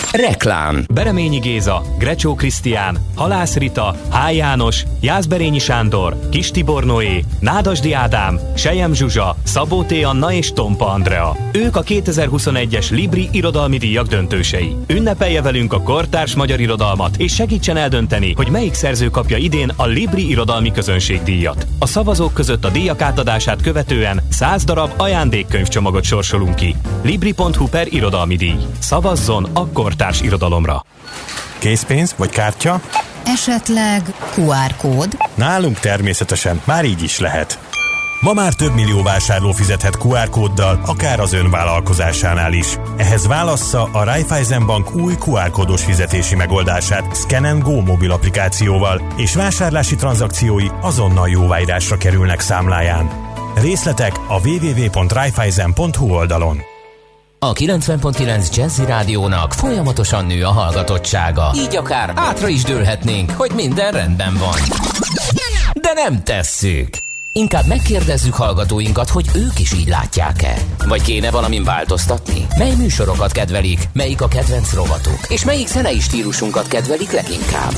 Reklám. Bereményi Géza, Grecsó Krisztián, Halász Rita, H. János, Jászberényi Sándor, Kis Tibor Noé, Nádasdy Ádám, Sejem Zsuzsa, Szabó T. Anna és Tompa Andrea. Ők a 2021-es Libri irodalmi díjak döntősei. Ünnepelje velünk a kortárs magyar irodalmat, és segítsen eldönteni, hogy melyik szerző kapja idén a Libri irodalmi közönségdíjat. A szavazók között a díjak átadását követően 100 darab ajándékkönyvcsomagot sorsolunk ki. Libri.hu/irodalmi díj. Szavazzon a kortárs irodalomra. Készpénz vagy kártya? Esetleg QR kód? Nálunk természetesen, már így is lehet. Ma már több millió vásárló fizethet QR kóddal, akár az ön vállalkozásánál is. Ehhez válassza a Raiffeisen Bank új QR kódos fizetési megoldását Scan & Go mobil applikációval, és vásárlási tranzakciói azonnal jóváírásra kerülnek számláján. Részletek a www.raiffeisen.hu oldalon. A 90.9 Jazzy Rádiónak folyamatosan nő a hallgatottsága. Így akár átra is dőlhetnénk, hogy minden rendben van. De nem tesszük. Inkább megkérdezzük hallgatóinkat, hogy ők is így látják-e. Vagy kéne valamin változtatni? Mely műsorokat kedvelik, melyik a kedvenc rovatuk, és melyik zenei stílusunkat kedvelik leginkább?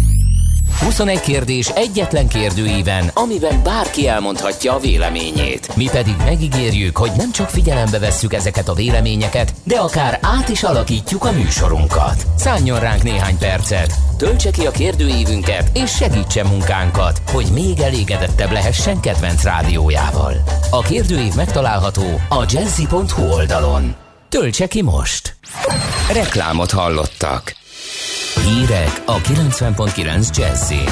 21 kérdés egyetlen kérdőíven, amiben bárki elmondhatja a véleményét. Mi pedig megígérjük, hogy nem csak figyelembe vesszük ezeket a véleményeket, de akár át is alakítjuk a műsorunkat. Szálljon ránk néhány percet, töltse ki a kérdőívünket, és segítse munkánkat, hogy még elégedettebb lehessen kedvenc rádiójával. A kérdőív megtalálható a jazzy.hu oldalon. Töltse ki most! Reklámot hallottak. Hírek a 90.9 Jazzyn.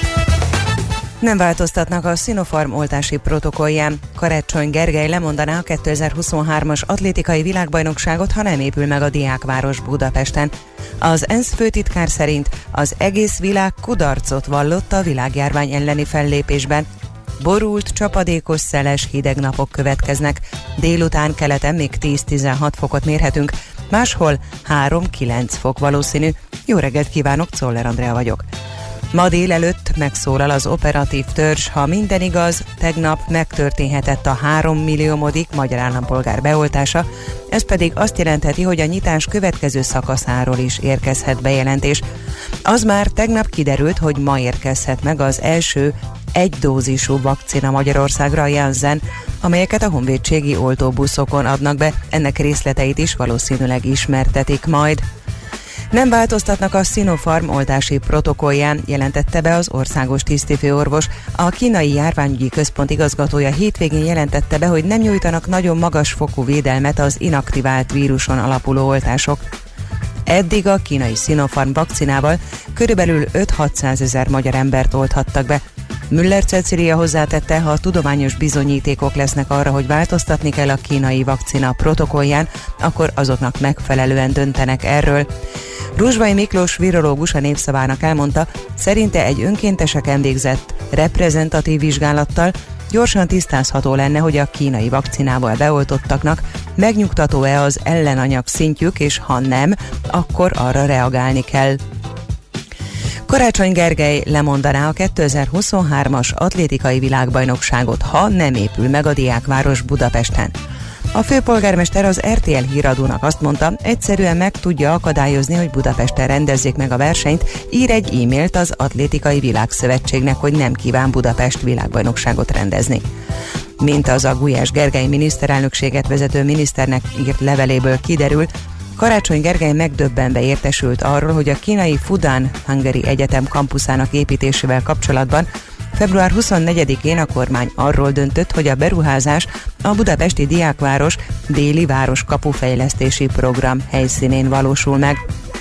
Nem változtatnak a Sinopharm oltási protokollján. Karácsony Gergely lemondaná a 2023-as atlétikai világbajnokságot, ha nem épül meg a diákváros Budapesten. Az ENSZ főtitkár szerint az egész világ kudarcot vallott a világjárvány elleni fellépésben. Borult, csapadékos, szeles, hideg napok következnek. Délután keleten még 10-16 fokot mérhetünk, máshol 3-9 fok valószínű. Jó reggelt kívánok, Czoller Andrea vagyok. Ma délelőtt megszólal az operatív törzs, ha minden igaz, tegnap megtörténhetett a 3 milliómodik magyar állampolgár beoltása, ez pedig azt jelentheti, hogy a nyitás következő szakaszáról is érkezhet bejelentés. Az már tegnap kiderült, hogy ma érkezhet meg az első egydózisú vakcina Magyarországra, a Janssen, amelyeket a honvédségi oltóbuszokon adnak be, ennek részleteit is valószínűleg ismertetik majd. Nem változtatnak a Sinopharm oltási protokollján, jelentette be az országos tisztifőorvos. A kínai járványügyi központ igazgatója hétvégén jelentette be, hogy nem nyújtanak nagyon magas fokú védelmet az inaktivált víruson alapuló oltások. Eddig a kínai Sinopharm vakcinával körülbelül 5-600 ezer magyar embert olthattak be. Müller Cecília hozzátette, ha tudományos bizonyítékok lesznek arra, hogy változtatni kell a kínai vakcina protokollján, akkor azoknak megfelelően döntenek erről. Ruzsvai Miklós virológus a Népszavának elmondta, szerinte egy önkénteseken végzett reprezentatív vizsgálattal gyorsan tisztázható lenne, hogy a kínai vakcinával beoltottaknak megnyugtató-e az ellenanyag szintjük, és ha nem, akkor arra reagálni kell. Karácsony Gergely lemondaná a 2023-as atlétikai világbajnokságot, ha nem épül meg a diákváros Budapesten. A főpolgármester az RTL híradónak azt mondta, egyszerűen meg tudja akadályozni, hogy Budapesten rendezzék meg a versenyt, ír egy e-mailt az Atlétikai Világszövetségnek, hogy nem kíván Budapest világbajnokságot rendezni. Mint az a Gulyás Gergely miniszterelnökséget vezető miniszternek írt leveléből kiderül, Karácsony Gergely megdöbbenve értesült arról, hogy a kínai Fudan Hungary Egyetem kampuszának építésével kapcsolatban február 24-én a kormány arról döntött, hogy a beruházás a budapesti diákváros déli városkapufejlesztési program helyszínén valósul meg.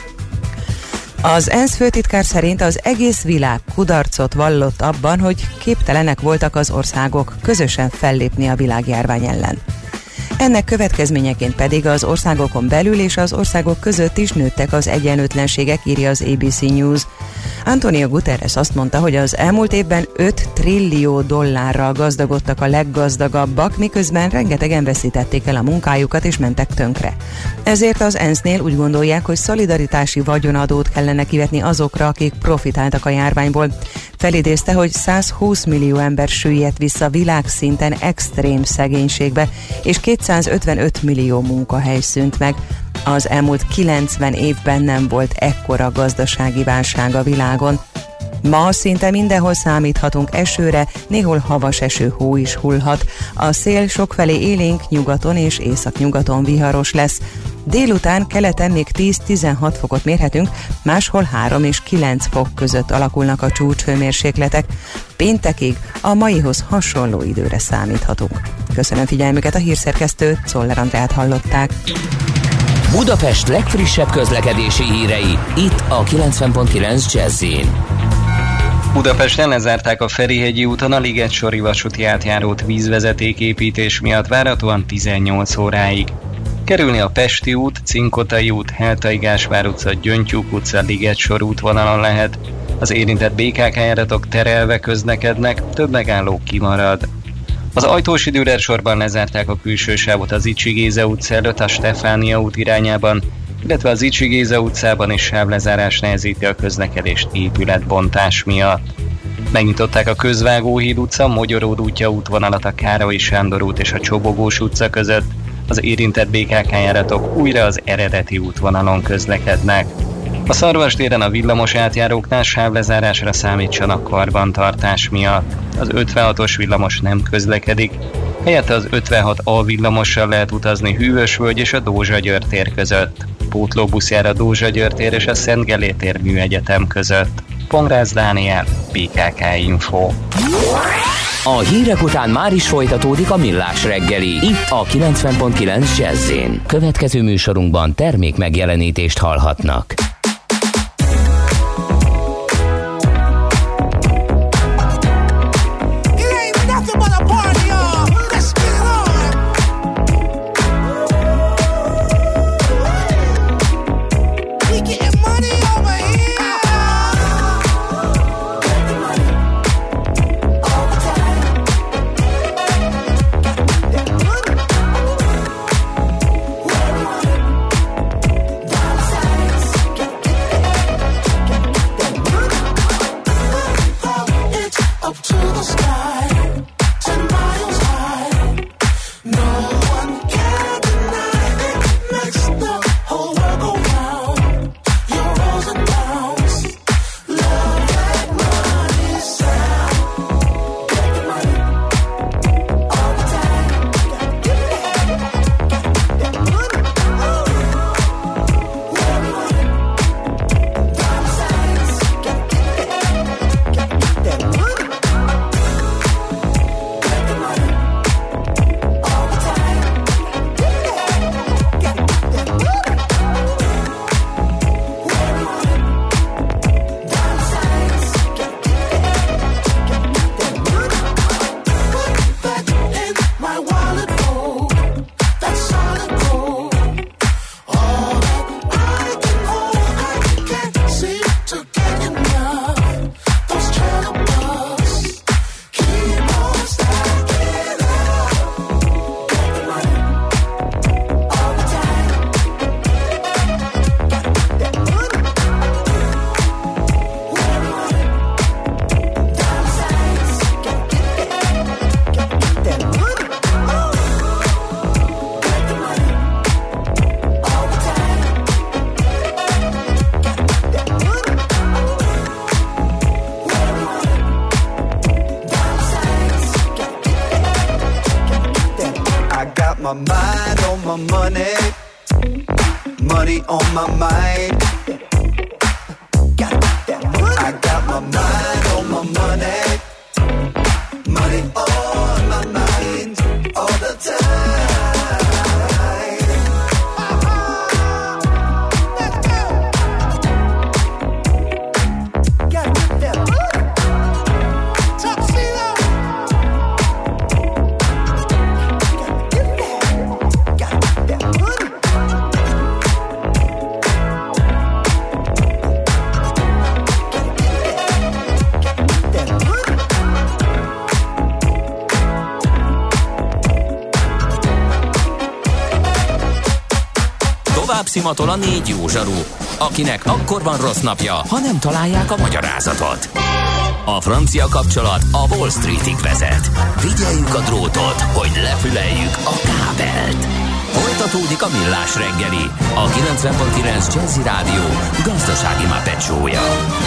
Az ENSZ főtitkár szerint az egész világ kudarcot vallott abban, hogy képtelenek voltak az országok közösen fellépni a világjárvány ellen. Ennek következményeként pedig az országokon belül és az országok között is nőttek az egyenlőtlenségek, írja az ABC News. Antonio Guterres azt mondta, hogy az elmúlt évben 5 trillió dollárral gazdagodtak a leggazdagabbak, miközben rengetegen veszítették el a munkájukat és mentek tönkre. Ezért az ENSZ-nél úgy gondolják, hogy szolidaritási vagyonadót kellene kivetni azokra, akik profitáltak a járványból. Felidézte, hogy 120 millió ember süllyedt vissza világszinten extrém szegénységbe, és 255 millió munkahely szűnt meg. Az elmúlt 90 évben nem volt ekkora gazdasági válság a világon. Ma szinte mindenhol számíthatunk esőre, néhol havas eső, hó is hullhat. A szél sokfelé élénk, nyugaton és északnyugaton viharos lesz. Délután keleten még 10-16 fokot mérhetünk, máshol 3 és 9 fok között alakulnak a csúcshőmérsékletek. Péntekig a maihoz hasonló időre számíthatunk. Köszönöm figyelmüket, a hírszerkesztőt, Czoller Andrát hallották. Budapest legfrissebb közlekedési hírei, itt a 90.9 Jazz-in. Budapesten lezárták a Ferihegyi úton a Ligetsori vasúti átjárót vízvezetéképítés miatt várhatóan 18 óráig. Kerülni a Pesti út, Cinkotai út, Heltai Gáspár utca, Gyöngytyúk utca, Ligetsor útvonalon lehet. Az érintett BKK járatok terelve közlekednek, több megálló kimarad. Az Ajtósi Dürer sorban lezárták a külső sávot az Icsi Géza utca előtt a Stefánia út irányában, illetve az Icsi Géza utcában is sávlezárás nehezíti a közlekedést épületbontás miatt. Megnyitották a Közvágóhíd utca, Mogyoród útja útvonalat a Károly Sándor út és a Csobogós utca között. Az érintett BKK járatok újra az eredeti útvonalon közlekednek. A Szarvastéren a villamos átjáróknál sávlezárásra számítsanak karbantartás miatt. Az 56-os villamos nem közlekedik, helyette az 56A villamossal lehet utazni Hűvösvölgy és a Dózsa-Győr tér között. Pótlóbusz jár a Dózsa-Győr tér és a Szent Gellért tér műegyetem között. Pongrász Dániel, BKK Info. A hírek után már is folytatódik a Millás reggeli, itt a 90.9 Jazz-in. Következő műsorunkban termék megjelenítést hallhatnak. Szimatol a 4 jó zsaru, akinek akkor van rossz napja, ha nem találják a magyarázatot. A francia kapcsolat a Wall Streetig vezet. Figyeljük a drótot, hogy lefüleljük a kábelt. Folytatódik a Millás reggeli, a 90.9 Jazzy Rádió gazdasági mápecsója.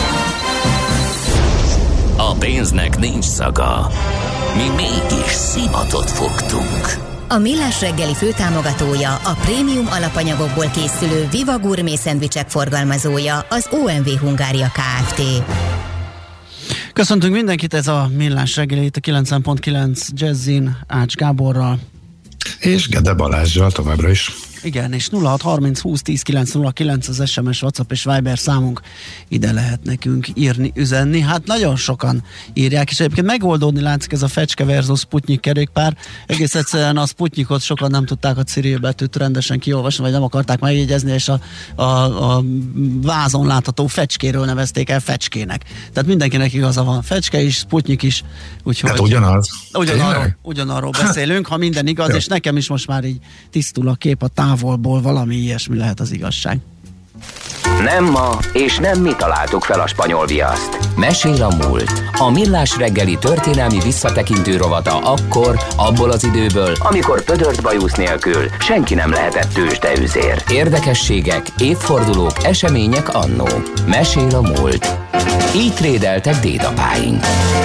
A pénznek nincs szaga, mi mégis szimatot fogtunk. A Millás reggeli főtámogatója, a prémium alapanyagokból készülő Viva Gourmet szendvicsek forgalmazója, az OMV Hungária Kft. Köszöntünk mindenkit, ez a Millás reggeli, itt a 90.9 Jazzin, Ács Gáborral. És Gede Balázsral továbbra is. Igen, és 0630 20 10 909 az SMS, WhatsApp és Viber számunk, ide lehet nekünk írni, üzenni. Hát nagyon sokan írják, és egyébként megoldódni látszik ez a Fecske versus Sputnik kerékpár. Egész egyszerűen a Sputnikot sokan nem tudták a Cyril betűt rendesen kiolvasni, vagy nem akarták megjegyezni, és a vázon látható fecskéről nevezték el fecskének. Tehát mindenkinek igaza van, Fecske is, Sputnik is. Úgyhogy hát ugyanaz. Ugyanarról beszélünk, ha minden igaz, és nekem is most már így tisztul a kép a távolból, valami ilyesmi lehet az igazság. Nem ma, és nem mi találtuk fel a spanyol viaszt. Mesél a múlt. A Millás reggeli történelmi visszatekintő rovata akkor, abból az időből, amikor pödört bajusz nélkül senki nem lehetett tőzsdeüzér. Érdekességek, évfordulók, események annó. Mesél a múlt. Így trédeltek dédapáink.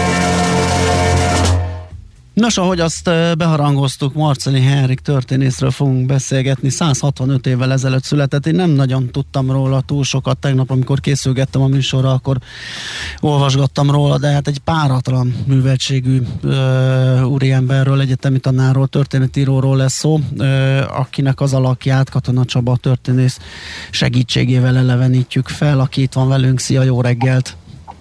Nos, ahogy azt beharangoztuk, Marceli Henrik történészről fogunk beszélgetni, 165 évvel ezelőtt született. Én nem nagyon tudtam róla túl sokat tegnap, amikor készülgettem a műsorra, akkor olvasgattam róla, de hát egy páratlan műveltségű úriemberről, egyetemi tanárról, történetíróról lesz szó, akinek az alakját Katona Csaba történész segítségével elevenítjük fel, aki itt van velünk. Szia, jó reggelt!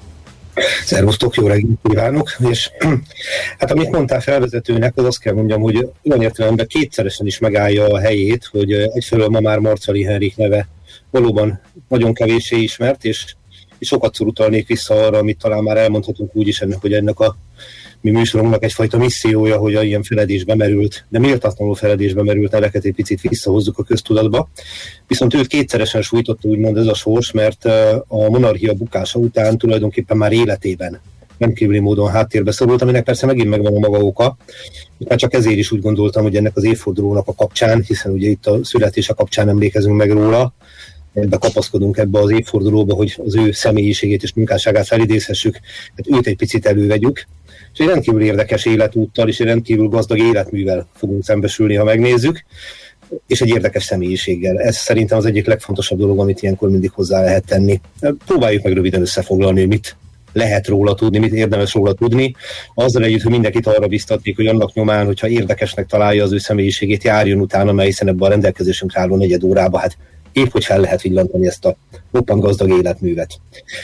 Szervusztok, jó reggelt kívánok, és hát amit mondtál felvezetőnek, az azt kell mondjam, hogy olyan értelemben kétszeresen is megállja a helyét, hogy egyfelől ma már Marceli Henrik neve valóban nagyon kevéssé ismert, és sokatszor utalnék vissza arra, amit talán már elmondhatunk úgy is ennek, hogy ennek a mi műsorunknak egyfajta missziója, hogy a ilyen feledésbe merült, de méltatlanul feledésbe merült neveket egy picit visszahozzuk a köztudatba. Viszont őt kétszeresen sújtotta úgymond ez a sors, mert a monarchia bukása után tulajdonképpen már életében rendkívüli módon háttérbe szorult, aminek persze megint megvan a maga oka. Már csak ezért is úgy gondoltam, hogy ennek az évfordulónak a kapcsán, hiszen ugye itt a születése kapcsán emlékezünk meg róla, ebbe kapaszkodunk ebbe az évfordulóba, hogy az ő személyiségét és munkásságát felidézhessük, hát őt egy picit elővegyük. És egy rendkívül érdekes életúttal és egy rendkívül gazdag életművel fogunk szembesülni, ha megnézzük, és egy érdekes személyiséggel. Ez szerintem az egyik legfontosabb dolog, amit ilyenkor mindig hozzá lehet tenni. Próbáljuk meg röviden összefoglalni, hogy mit lehet róla tudni, mit érdemes róla tudni. Azzal együtt, hogy mindenkit arra biztatnék, hogy annak nyomán, hogyha érdekesnek találja az ő személyiségét, járjon utána, mert hiszen ebben a rendelkezésünkre álló negyed órába, hát épp hogy fel lehet villantani ezt a roppant gazdag életművet.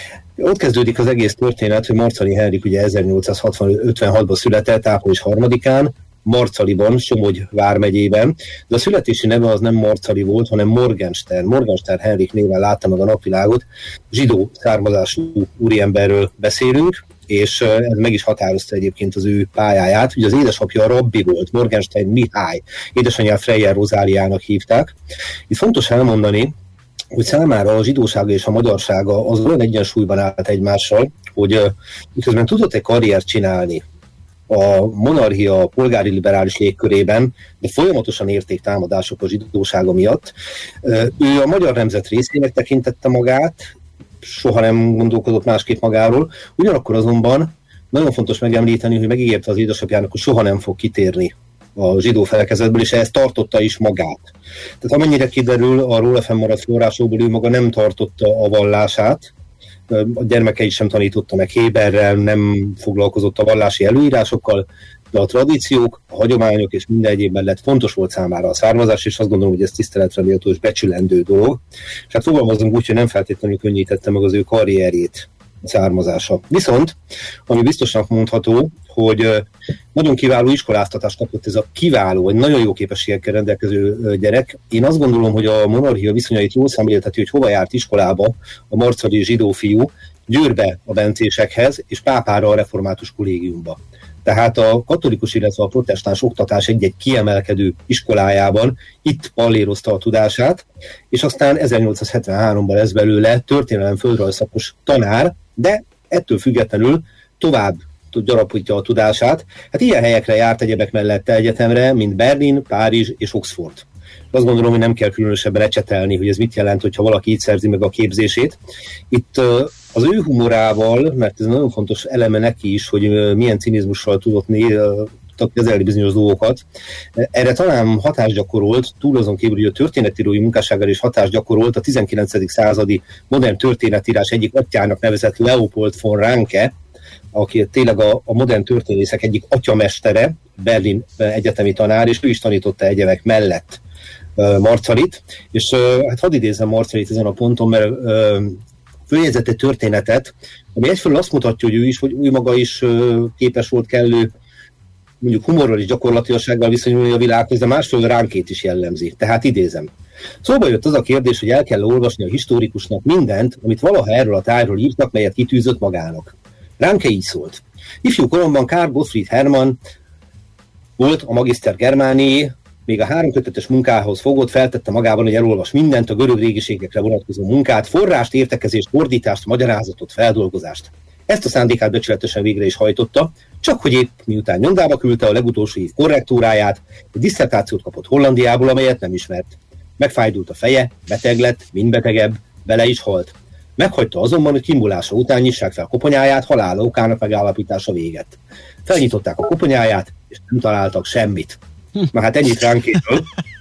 Ott kezdődik az egész történet, hogy Marceli Henrik ugye 1856-ban született, április 3-án, Marcaliban, Somogy vármegyében, de a születési neve az nem Marcali volt, hanem Morgenstern. Morgenstern Henrik néven látta meg a napvilágot, zsidó származású úriemberről beszélünk, és ez meg is határozta egyébként az ő pályáját. Ugye az édesapja a rabbi volt, Morgenstern Mihály, édesanyját Freyer Rozáliának hívták. Itt fontos elmondani, hogy számára a zsidósága és a magyarsága az olyan egyensúlyban állt egymással, hogy miközben tudott egy karriert csinálni a monarchia polgári liberális légkörében, de folyamatosan érték támadások a zsidósága miatt. Ő a magyar nemzet részének tekintette magát, soha nem gondolkodott másképp magáról, ugyanakkor azonban nagyon fontos megemlíteni, hogy megígérte az édesapjának, hogy soha nem fog kitérni a zsidó felekezetből, és ehhez tartotta is magát. Tehát amennyire kiderül, a róla fennmaradt forrásokból ő maga nem tartotta a vallását, a gyermekei sem tanította meg héberrel, nem foglalkozott a vallási előírásokkal, de a tradíciók, a hagyományok és minden egyéb mellett fontos volt számára a származás, és azt gondolom, hogy ez tiszteletre méltó és becsülendő dolog. És hát fogalmazunk úgy, hogy nem feltétlenül könnyítette meg az ő karrierjét a származása. Viszont, ami biztosnak mondható, hogy nagyon kiváló iskoláztatást kapott ez a kiváló, vagy nagyon jó képességekkel rendelkező gyerek. Én azt gondolom, hogy a monarchia viszonyait jól szemlélteti, hogy hova járt iskolába a marcali zsidó fiú, Győrbe a bencésekhez, és Pápára a református kollégiumba. Tehát a katolikus, illetve a protestáns oktatás egy-egy kiemelkedő iskolájában itt pallérozta a tudását, és aztán 1873-ban lesz belőle történelem földrajzszakos tanár, de ettől függetlenül tovább gyarapítja a tudását. Hát ilyen helyekre járt egyebek mellett egyetemre, mint Berlin, Párizs és Oxford. Azt gondolom, hogy nem kell különösebben ecsetelni, hogy ez mit jelent, hogyha valaki így szerzi meg a képzését. Itt az ő humorával, mert ez nagyon fontos eleme neki is, hogy milyen cinizmussal tudott kezelni bizonyos dolgokat. Erre talán hatást gyakorolt, túl azon kívül, hogy a történetírói munkássággal is hatást gyakorolt a 19. századi modern történetírás egyik atyának nevezett Leopold von Ranke, aki tényleg a modern történészek egyik atyamestere, Berlin egyetemi tanár, és ő is tanította egyebek mellett Marcalit, és hát hadd idézzem Marcalit ezen a ponton, mert följegyzett egy történetet, ami egyfelől azt mutatja, hogy ő maga is képes volt kellő mondjuk humorral és gyakorlatilassággal viszonyulni a világhoz, de másfelől Rankét is jellemzi. Tehát idézem. Szóba jött az a kérdés, hogy el kell olvasni a historikusnak mindent, amit valaha erről a tájról írtak, melyet kitűzött magának. Ranke így szólt. Ifjú koromban Karl Gottfried Hermann volt a Magister Germánié, még a 3 kötetes munkához fogott, feltette magában, hogy elolvas mindent, a görög régiségekre vonatkozó munkát, forrást, értekezést, fordítást, magyarázatot, feldolgozást. Ezt a szándékát becsületesen végre is hajtotta, csak hogy épp miután nyomdába küldte a legutolsó év korrektúráját, egy disszertációt kapott Hollandiából, amelyet nem ismert. Megfájdult a feje, beteg lett, mind betegebb, bele is halt. Meghagyta azonban, hogy kimulása után nyissák fel koponyáját, halála okának megállapítása véget. Felnyitották a koponyáját, és nem találtak semmit. Na hát ennyit Rankéről,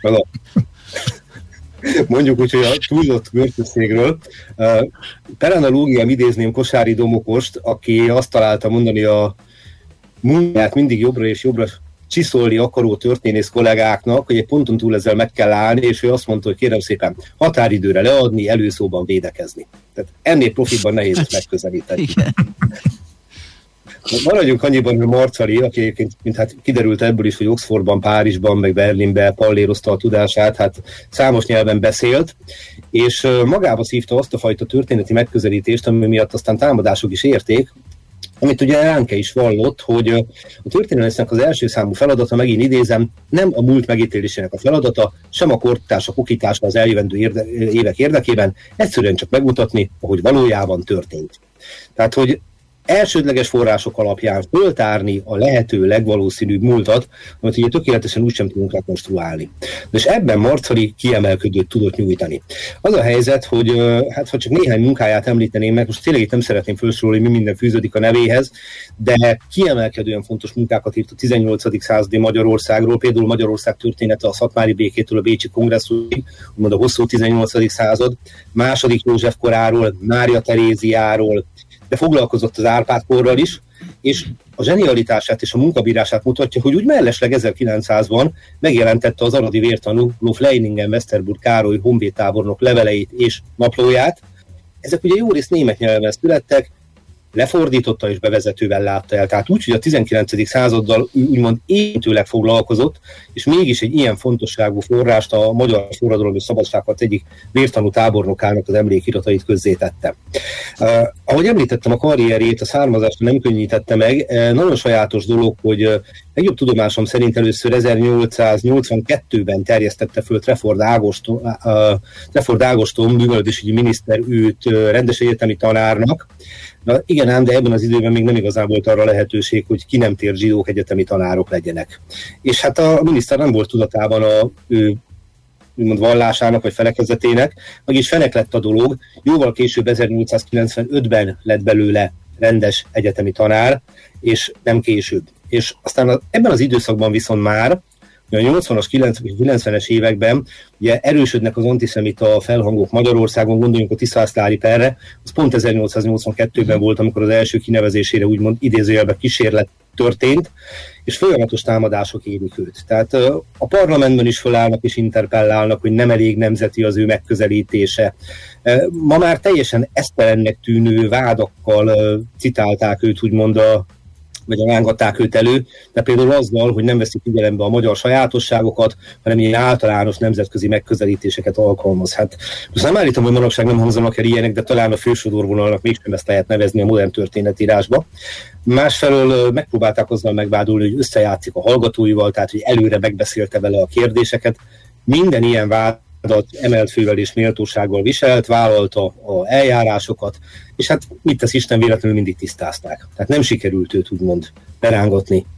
mondjuk úgy, hogy a túlzott börtönszégről. Per analógiám idézném Kosári Domokost, aki azt találta mondani a munkáját mindig jobbra és jobbra csiszolni akaró történész kollégáknak, hogy egy ponton túl ezzel meg kell állni, és ő azt mondta, hogy kérem szépen határidőre leadni, előszóban védekezni. Tehát ennél profitban nehéz ezt megközelíteni. Maradjunk annyiban, hogy Marcali, aki egyébként, mint hát kiderült ebből is, hogy Oxfordban, Párizsban, meg Berlinben pallérozta a tudását, hát számos nyelven beszélt, és magába szívta azt a fajta történeti megközelítést, ami miatt aztán támadások is érték, amit ugye Ranke is vallott, hogy a történelemnek az első számú feladata, megint idézem, nem a múlt megítélésének a feladata, sem a kortársak okítása az eljövendő évek érdekében, egyszerűen csak megmutatni, ahogy valójában történt. Tehát, hogy elsődleges források alapján föltárni a lehető legvalószínűbb múltat, amit ugye tökéletesen úgysem tudunk rekonstruálni. És ebben Marcali kiemelkedőt tudott nyújtani. Az a helyzet, hogy hát ha csak néhány munkáját említeném meg, most tényleg itt nem szeretném felsorolni, mi minden fűződik a nevéhez, de kiemelkedően fontos munkákat írt a 18. századi Magyarországról, például Magyarország története a Szatmári békétől a Bécsi kongresszusig, úgymond a hosszú 18. század, második József koráról, Mária Teréziáról, de foglalkozott az Árpád-korral is, és a zsenialitását és a munkabírását mutatja, hogy úgy mellesleg 1900-ban megjelentette az aradi vértanú Lof Leiningen Westerburg Károly honvédtábornok leveleit és naplóját. Ezek ugye jó részt német nyelven születtek, lefordította és bevezetővel látta el. Tehát úgy, hogy a 19. századdal úgymond érintőleg foglalkozott, és mégis egy ilyen fontosságú forrást a Magyar Forradalom és Szabadságharc egyik vértanú tábornokának az emlékiratait közzétette. Ahogy említettem, a karrierjét, a származást nem könnyítette meg. Nagyon sajátos dolog, hogy legjobb tudomásom szerint először 1882-ben terjesztette föl Trefford Ágoston művelődésügyi miniszter őt rendes egyetemi tanárnak. Na, igen ám, de ebben az időben még nem igazán volt arra lehetőség, hogy ki nem tért zsidók egyetemi tanárok legyenek. És hát a miniszter nem volt tudatában a ő úgymond vallásának vagy felekezetének, vagyis fenek lett a dolog. Jóval később 1895-ben lett belőle rendes egyetemi tanár, és nem később. És aztán ebben az időszakban viszont már, a 80-as, 90-es években ugye erősödnek az antiszemita felhangok Magyarországon, gondoljunk a Tiszaaszlári perre, az pont 1882-ben volt, amikor az első kinevezésére úgymond idézőjelben kísérlet történt, és folyamatos támadások érik őt. Tehát a parlamentben is fölállnak és interpellálnak, hogy nem elég nemzeti az ő megközelítése. Ma már teljesen esztelennek tűnő vádakkal citálták őt, úgymond vagy rángatták őt elő, de például azzal, hogy nem veszik figyelembe a magyar sajátosságokat, hanem ilyen általános nemzetközi megközelítéseket alkalmaz. Hát most nem állítom, hogy manapság nem hangzanak el ilyenek, de talán a fősodorvonalnak mégsem ezt lehet nevezni a modern történetírásba. Másfelől megpróbálták azzal megvádolni, hogy összejátszik a hallgatóival, tehát hogy előre megbeszélte vele a kérdéseket. Minden ilyen vádat emelt fővel és méltósággal viselt, vállalta az eljárásokat, és hát mit tesz Isten, véletlenül mindig tisztázták. Tehát nem sikerült őt úgymond berángatni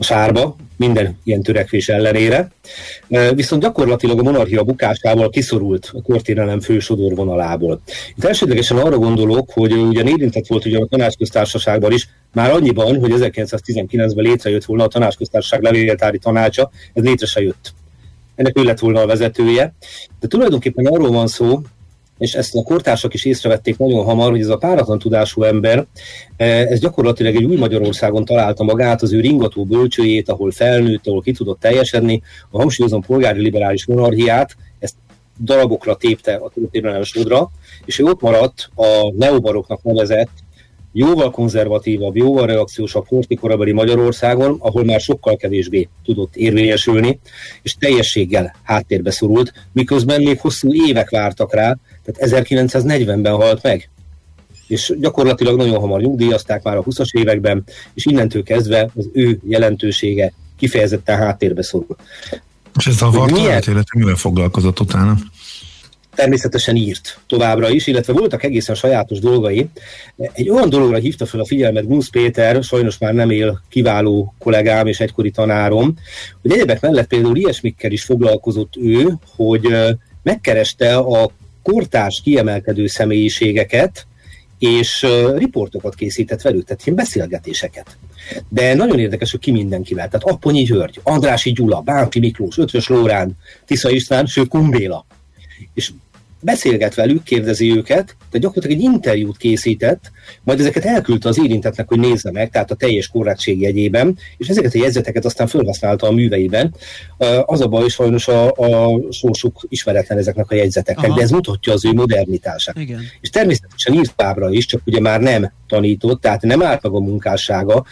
a sárba, minden ilyen törekvés ellenére. Viszont gyakorlatilag a monarchia bukásával kiszorult a történelem fő sodorvonalából. Itt elsődlegesen arra gondolok, hogy ugyan érintett volt ugyan a Tanácsköztársaságban is, már annyiban, hogy 1919-ben létrejött volna a Tanácsköztársaság levéltári tanácsa, ez létre se jött. Ennek ő lett volna a vezetője. De tulajdonképpen arról van szó, és ezt a kortársak is észrevették nagyon hamar, hogy ez a páratlan tudású ember, ez gyakorlatilag egy új Magyarországon találta magát, az ő ringató bölcsőjét, ahol felnőtt, ahol ki tudott teljesedni, a hangsúlyozom polgári liberális monarchiát, ezt darabokra tépte a történelem sodra, és ő ott maradt a neobaroknak nevezett, jóval konzervatívabb, jóval reakciósabb horthy-korabeli Magyarországon, ahol már sokkal kevésbé tudott érvényesülni, és teljességgel háttérbe szorult, miközben még hosszú évek vártak rá, tehát 1940-ben halt meg. És gyakorlatilag nagyon hamar nyugdíjazták már a 20-as években, és innentől kezdve az ő jelentősége kifejezetten háttérbe szorul. És ez a vartalat életű mivel foglalkozott utána? Természetesen írt továbbra is, illetve voltak egészen sajátos dolgai. Egy olyan dologra hívta fel a figyelmet Gunz Péter, sajnos már nem él, kiváló kollégám és egykori tanárom, hogy egyebek mellett például ilyesmikkel is foglalkozott ő, hogy megkereste a kortárs kiemelkedő személyiségeket, és riportokat készített velük, tehát ilyen beszélgetéseket. De nagyon érdekes, hogy ki mindenkivel. Tehát Apponyi György, Andrássy Gyula, Bánki Miklós, Ötvös Lóránd, Tisza István, sőt Kumbéla. És beszélget velük, kérdezi őket, de gyakorlatilag egy interjút készített, majd ezeket elküldte az érintettnek, hogy nézze meg, tehát a teljes korrektség jegyében, és ezeket a jegyzeteket aztán felhasználta a műveiben. Az a baj, sajnos a sorsuk ismeretlen ezeknek a jegyzeteknek, de ez mutatja az ő modernitását. Igen. És természetesen írt továbbra is, csak ugye már nem tanított, tehát nem állt meg a munkássága.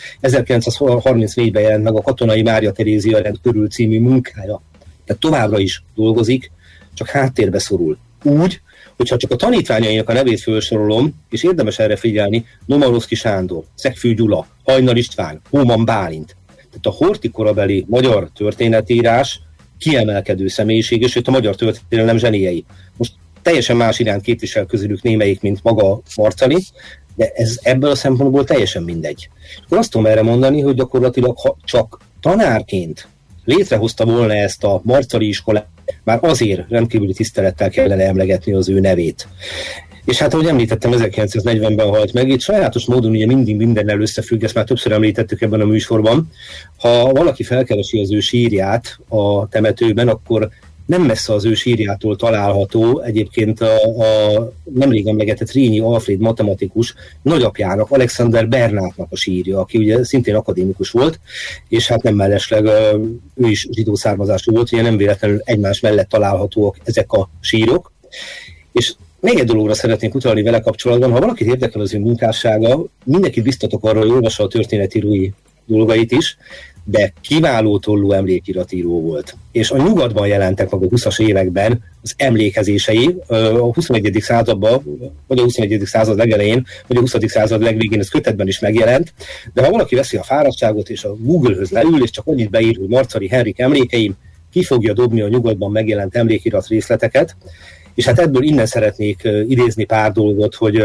1934-ben jelent meg a Katonai Mária Terézia rend körül című munkája. Tehát továbbra is dolgozik, csak háttérbe szorul. Úgy, hogyha csak a tanítványainak a nevét felsorolom, és érdemes erre figyelni, Nomarowski Sándor, Szegfű Gyula, Hajnal István, Hóman Bálint. Tehát a horthy-korabeli magyar történetírás kiemelkedő személyiség, és a magyar történelem zseniei. Most teljesen más iránt képvisel közülük némelyik, mint maga Marcali, de ez ebből a szempontból teljesen mindegy. Akkor azt tudom erre mondani, hogy gyakorlatilag ha csak tanárként létrehozta volna ezt a Marcali iskolát, már azért rendkívüli tisztelettel kellene emlegetni az ő nevét. És hát, ahogy említettem, 1940-ben halt meg, itt sajátos módon ugye mindig mindennel összefügg, ezt már többször említettük ebben a műsorban. Ha valaki felkeresi az ő sírját a temetőben, akkor nem messze az ő sírjától található egyébként a nemrég emlegetett Rényi Alfréd matematikus nagyapjának, Alexander Bernátnak a sírja, aki ugye szintén akadémikus volt, és hát nem mellesleg ő is zsidó származású volt, ugye nem véletlenül egymás mellett találhatóak ezek a sírok. És még egy dologra szeretnék utalni vele kapcsolatban, ha valakit érdekel az ő munkássága, mindenkit biztatok arra, hogy olvassa a történetírói dolgait is, de kiváló tollú emlékiratíró volt. És a nyugatban jelentek meg a 20-as években az emlékezései, a 21. században, vagy a 21. század legelején, vagy a 20. század legvégén ez kötetben is megjelent, de ha valaki veszi a fáradtságot és a Google-höz leül, és csak annyit beír, hogy Marcali Henrik emlékeim, ki fogja dobni a nyugatban megjelent emlékirat részleteket, és hát ebből innen szeretnék idézni pár dolgot, hogy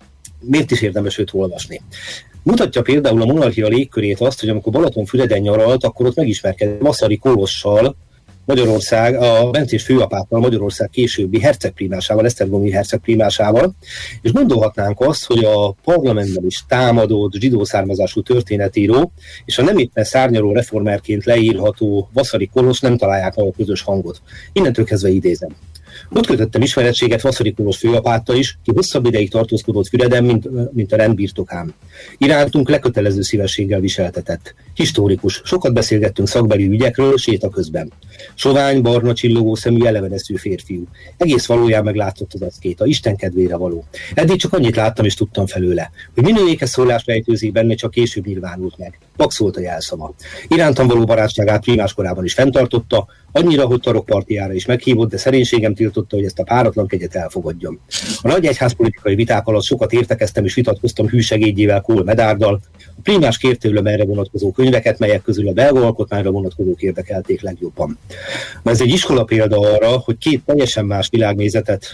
miért is érdemes őt olvasni. Mutatja például a monarchia légkörét azt, hogy amikor Balatonfüreden nyaralt, akkor ott megismerkedett Maszary Kolossal, Magyarország, a bencés főapáttal, Magyarország későbbi hercegprímásával, esztergomi hercegprímásával, és gondolhatnánk azt, hogy a parlamentben is támadott zsidó származású történetíró, és a nem éppen szárnyaló reformerként leírható Maszary Kolos nem találják meg a közös hangot. Innentől kezdve idézem. Ott kötöttem ismerettséget Maszary Kolos főapáttal is, ki hosszabb ideig tartózkodott Füreden, mint a rendbirtokám. Irántunk lekötelező szívességgel viseltetett. Histórikus, sokat beszélgettünk szakbeli ügyekről séta közben. Sovány, barna, csillogó szemű, eleveneszű férfiú. Egész valóján meglátott az aszkéta, Isten kedvére való. Eddig csak annyit láttam és tudtam felőle, hogy minőékes szólás rejtőzik benne, csak később nyilvánult meg. Pakszolt a jelszava. Irántam való barátságát prímás korában is fenntartotta, annyira, hogy tarokpartiára is meghívott, de szerénységem tiltotta, hogy ezt a páratlan kegyet elfogadjam. A nagy egyházpolitikai viták alatt sokat értekeztem és vitatkoztam hűsegédjével, Kohl Medárdal. A prímás kért tőlem erre vonatkozó könyveket, melyek közül a belga alkotmányra vonatkozók érdekelték legjobban. Ez egy iskola példa arra, hogy két teljesen más világnézetet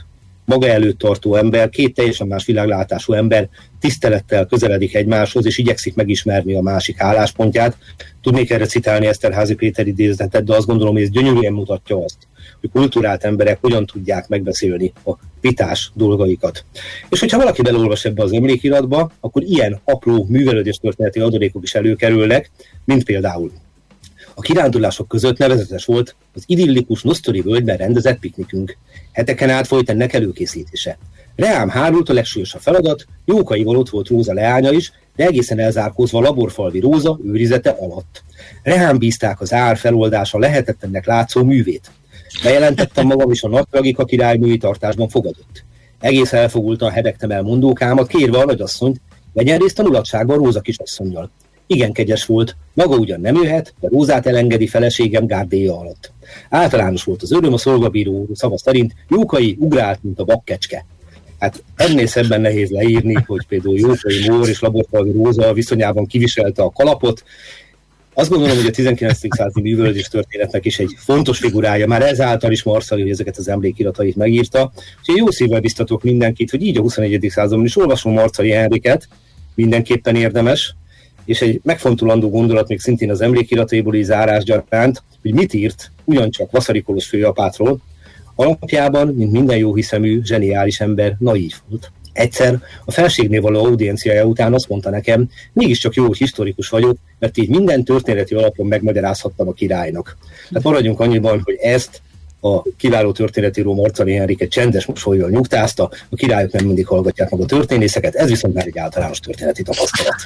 maga előtt tartó ember, két teljesen más világlátású ember tisztelettel közeledik egymáshoz, és igyekszik megismerni a másik álláspontját. Tudnék erre citálni Eszterházy Péter idézetet, de azt gondolom, hogy ez gyönyörűen mutatja azt, hogy kulturált emberek hogyan tudják megbeszélni a vitás dolgaikat. És hogyha valaki belolvas ebbe az emlékiratba, akkor ilyen apró művelődéstörténeti adalékok is előkerülnek, mint például a kirándulások között nevezetes volt az idillikus Nosztori völgyben rendezett piknikünk. Heteken át folyt ennek előkészítése. Reám hárult a legsúlyosabb feladat, Jókaival ott volt Róza leánya is, de egészen elzárkózva Laborfalvi Róza őrizete alatt. Reám bízták az ár feloldása lehetetlennek látszó művét. Bejelentettem magam is, a nagy tragika királynői tartásban fogadott. Egész elfogultan hebegtem el mondókámat, kérve a nagyasszonyt, vegyen részt a mulatságban Róza kisasszonnyal. Igen kegyes volt, maga ugyan nem jöhet, de Rózát elengedi feleségem gárdéja alatt. Általános volt az öröm, a szolgabíró szava szerint Jókai ugrált, mint a vakkecske. Hát ennél szebben nehéz leírni, hogy például Jókai Mór és Laborfalvi Róza viszonyában kiviselte a kalapot. Azt gondolom, hogy a 19. századi művelődés történetnek is egy fontos figurája, már ezáltal is Marszali, hogy ezeket az emlékiratait megírta. És jó szívvel biztatok mindenkit, hogy így a 21. században is olvasom Marszali Henriket, mindenképpen érdemes. És egy megfontolandó gondolat még szintén az emlékirataiból is zárás gyaránt, hogy mit írt ugyancsak Vasari Kolos főapátról. Alapjában, mint minden jóhiszemű, zseniális ember, naív volt. Egyszer a felségnél való audienciája után azt mondta nekem, mégiscsak jó historikus vagyok, mert így minden történeti alapon megmagyarázhattam a királynak. Hát maradjunk annyiban, hogy ezt a kiváló történetíró Marczali Henrike csendes mosollyal nyugtázta, a királyok nem mindig hallgatják meg a történészeket, ez viszont már egy általános történeti tapasztalat.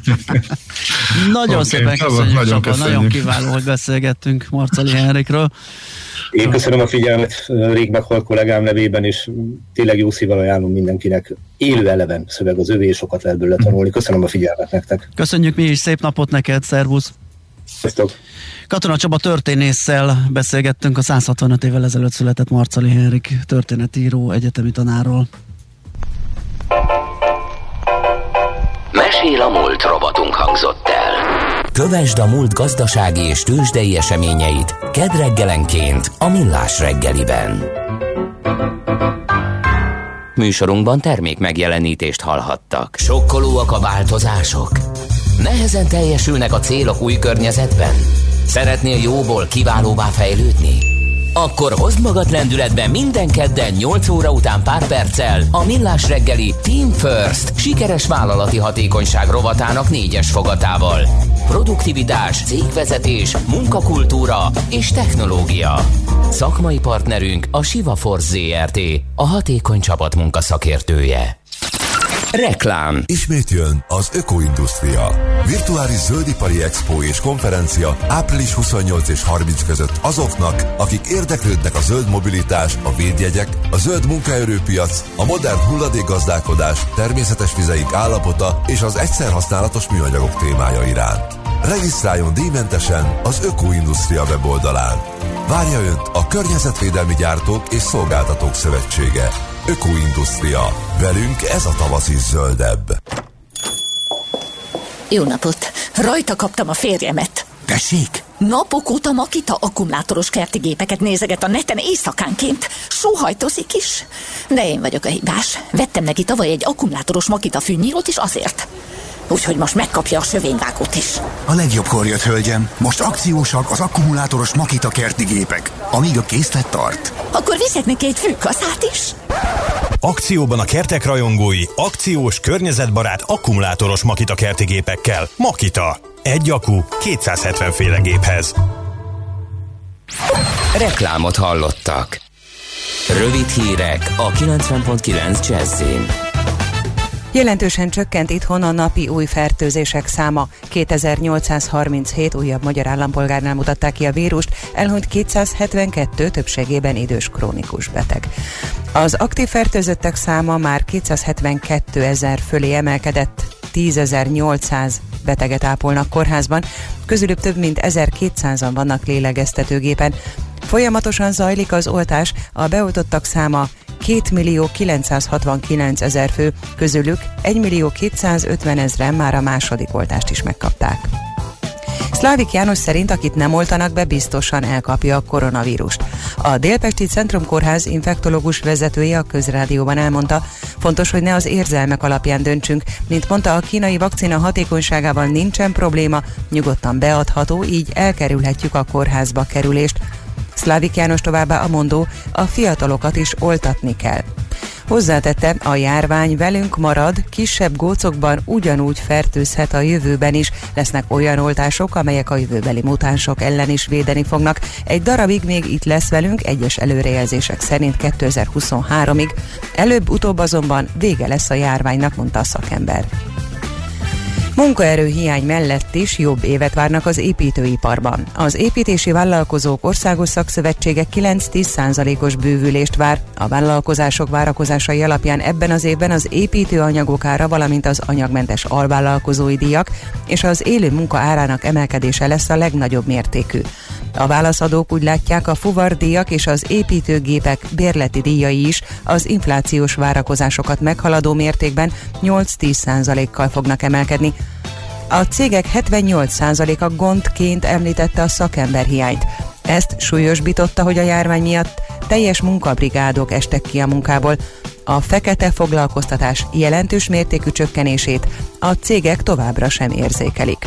Nagyon szépen köszönjük, Csaba, nagyon kiváló, hogy beszélgettünk Marczali Henrikről. Én köszönöm a figyelmet rég meghalt kollégám nevében, és tényleg jó szívvel ajánlom mindenkinek. Élő eleven szöveg az övé, és sokat lehet belőle tanulni. Köszönöm a figyelmet nektek. Köszönjük mi is, szép napot neked, szervusz! Sziasztok! Katona Csaba történésszel beszélgettünk, a 165 évvel ezelőtt született Marczali Henrik történetíró, egyetemi tanárról. Mesél a múlt robotunk hangzott el. Kövesd a múlt gazdasági és tőzsdei eseményeit kedd reggelenként a Millás reggeliben. Műsorunkban termék megjelenítést hallhattak. Sokkolóak a változások? Nehezen teljesülnek a célok új környezetben? Szeretnél jóból kiválóvá fejlődni? Akkor hozd magad lendületbe minden kedden 8 óra után pár perccel a Millás reggeli Team First sikeres vállalati hatékonyság rovatának 4-es fogatával. Produktivitás, cégvezetés, munkakultúra és technológia. Szakmai partnerünk a Siva Force Zrt., a hatékony csapatmunka szakértője. Reklám. Ismét jön az Ökoindustria. Virtuális zöldipari expo és konferencia április 28 és 30 között azoknak, akik érdeklődnek a zöld mobilitás, a védjegyek, a zöld munkaerőpiac, a modern hulladékgazdálkodás, természetes vizeink állapota és az egyszerhasználatos műanyagok témája iránt. Regisztráljon díjmentesen az Ökoindustria weboldalán. Várja Önt a Környezetvédelmi Gyártók és Szolgáltatók Szövetsége. Ökoindustria. Velünk ez a tavasz is zöldebb. Jó napot! Rajta kaptam a férjemet. Tessék? Napok óta Makita akkumulátoros kerti gépeket nézeget a neten éjszakánként. Sóhajtozik is. De én vagyok a hibás. Vettem neki tavaly egy akkumulátoros Makita fűnyírót is azért. Úgyhogy most megkapja a sövényvágót is. A legjobbkor jött, hölgyem. Most akciósak az akkumulátoros Makita kerti gépek, amíg a készlet tart. Akkor viszek neki egy fűkaszát is. Akcióban a kertek rajongói, akciós, környezetbarát, akkumulátoros Makita kerti gépekkel. Makita. Egy akku 270 féle géphez. Reklámot hallottak. Rövid hírek a 90.9 Jazzin. Jelentősen csökkent itthon a napi új fertőzések száma. 2837 újabb magyar állampolgárnál mutatták ki a vírust, elhunyt 272, többségében idős krónikus beteg. Az aktív fertőzöttek száma már 272 000 fölé emelkedett, 10.800 beteget ápolnak kórházban, közülük több mint 1200-an vannak lélegeztetőgépen. Folyamatosan zajlik az oltás, a beoltottak száma 2.969.000 fő, közülük 1.250.000-en már a második oltást is megkapták. Szlávik János szerint, akit nem oltanak be, biztosan elkapja a koronavírust. A Délpesti Centrumkórház infektológus vezetője a Közrádióban elmondta, fontos, hogy ne az érzelmek alapján döntsünk. Mint mondta, a kínai vakcina hatékonyságával nincsen probléma, nyugodtan beadható, így elkerülhetjük a kórházba kerülést. Szlávik János továbbá a mondó, a fiatalokat is oltatni kell. Hozzátette, a járvány velünk marad, kisebb gócokban ugyanúgy fertőzhet a jövőben is. Lesznek olyan oltások, amelyek a jövőbeli mutánsok ellen is védeni fognak. Egy darabig még itt lesz velünk, egyes előrejelzések szerint 2023-ig. Előbb-utóbb azonban vége lesz a járványnak, mondta a szakember. Munkaerőhiány mellett is jobb évet várnak az építőiparban. Az építési vállalkozók országos szakszövetsége 9-10%-os bővülést vár. A vállalkozások várakozásai alapján ebben az évben az építőanyagok ára, valamint az anyagmentes alvállalkozói díjak és az élő munka árának emelkedése lesz a legnagyobb mértékű. A válaszadók úgy látják, a fuvardíjak és az építőgépek bérleti díjai is az inflációs várakozásokat meghaladó mértékben 8-10%-kal fognak emelkedni. A cégek 78%-a gondként említette a szakemberhiányt. Ezt súlyosbította, hogy a járvány miatt teljes munkabrigádok estek ki a munkából. A fekete foglalkoztatás jelentős mértékű csökkenését a cégek továbbra sem érzékelik.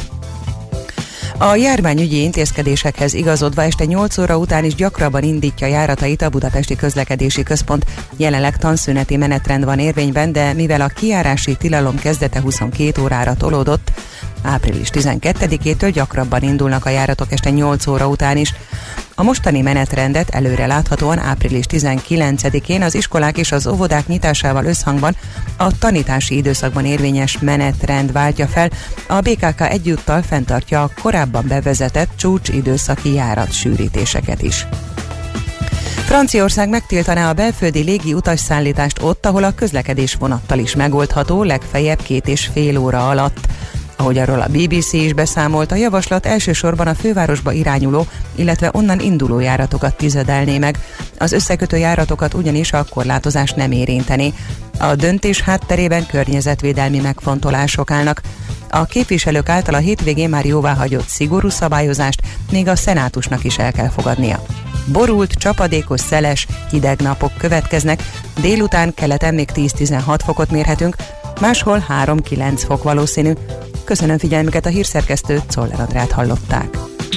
A járványügyi intézkedésekhez igazodva este 8 óra után is gyakrabban indítja járatait a Budapesti Közlekedési Központ. Jelenleg tanszüneti menetrend van érvényben, de mivel a kijárási tilalom kezdete 22 órára tolódott, április 12-től gyakrabban indulnak a járatok este 8 óra után is. A mostani menetrendet előre láthatóan április 19-én az iskolák és az óvodák nyitásával összhangban a tanítási időszakban érvényes menetrend váltja fel. A BKK egyúttal fenntartja a korábban bevezetett csúcsidőszaki járatsűrítéseket is. Franciaország megtiltaná a belföldi légi utasszállítást ott, ahol a közlekedés vonattal is megoldható, legfeljebb 2,5 óra alatt. Ahogy arról a BBC is beszámolt, a javaslat elsősorban a fővárosba irányuló, illetve onnan induló járatokat tizedelné meg. Az összekötő járatokat ugyanis a korlátozás nem érinteni. A döntés hátterében környezetvédelmi megfontolások állnak. A képviselők által a hétvégén már jóváhagyott szigorú szabályozást még a szenátusnak is el kell fogadnia. Borult, csapadékos, szeles, hideg napok következnek, délután keleten még 10-16 fokot mérhetünk, máshol 3-9 fok valószínű. Köszönöm figyelmüket, a hírszerkesztőt, Czoller Andrát hallották.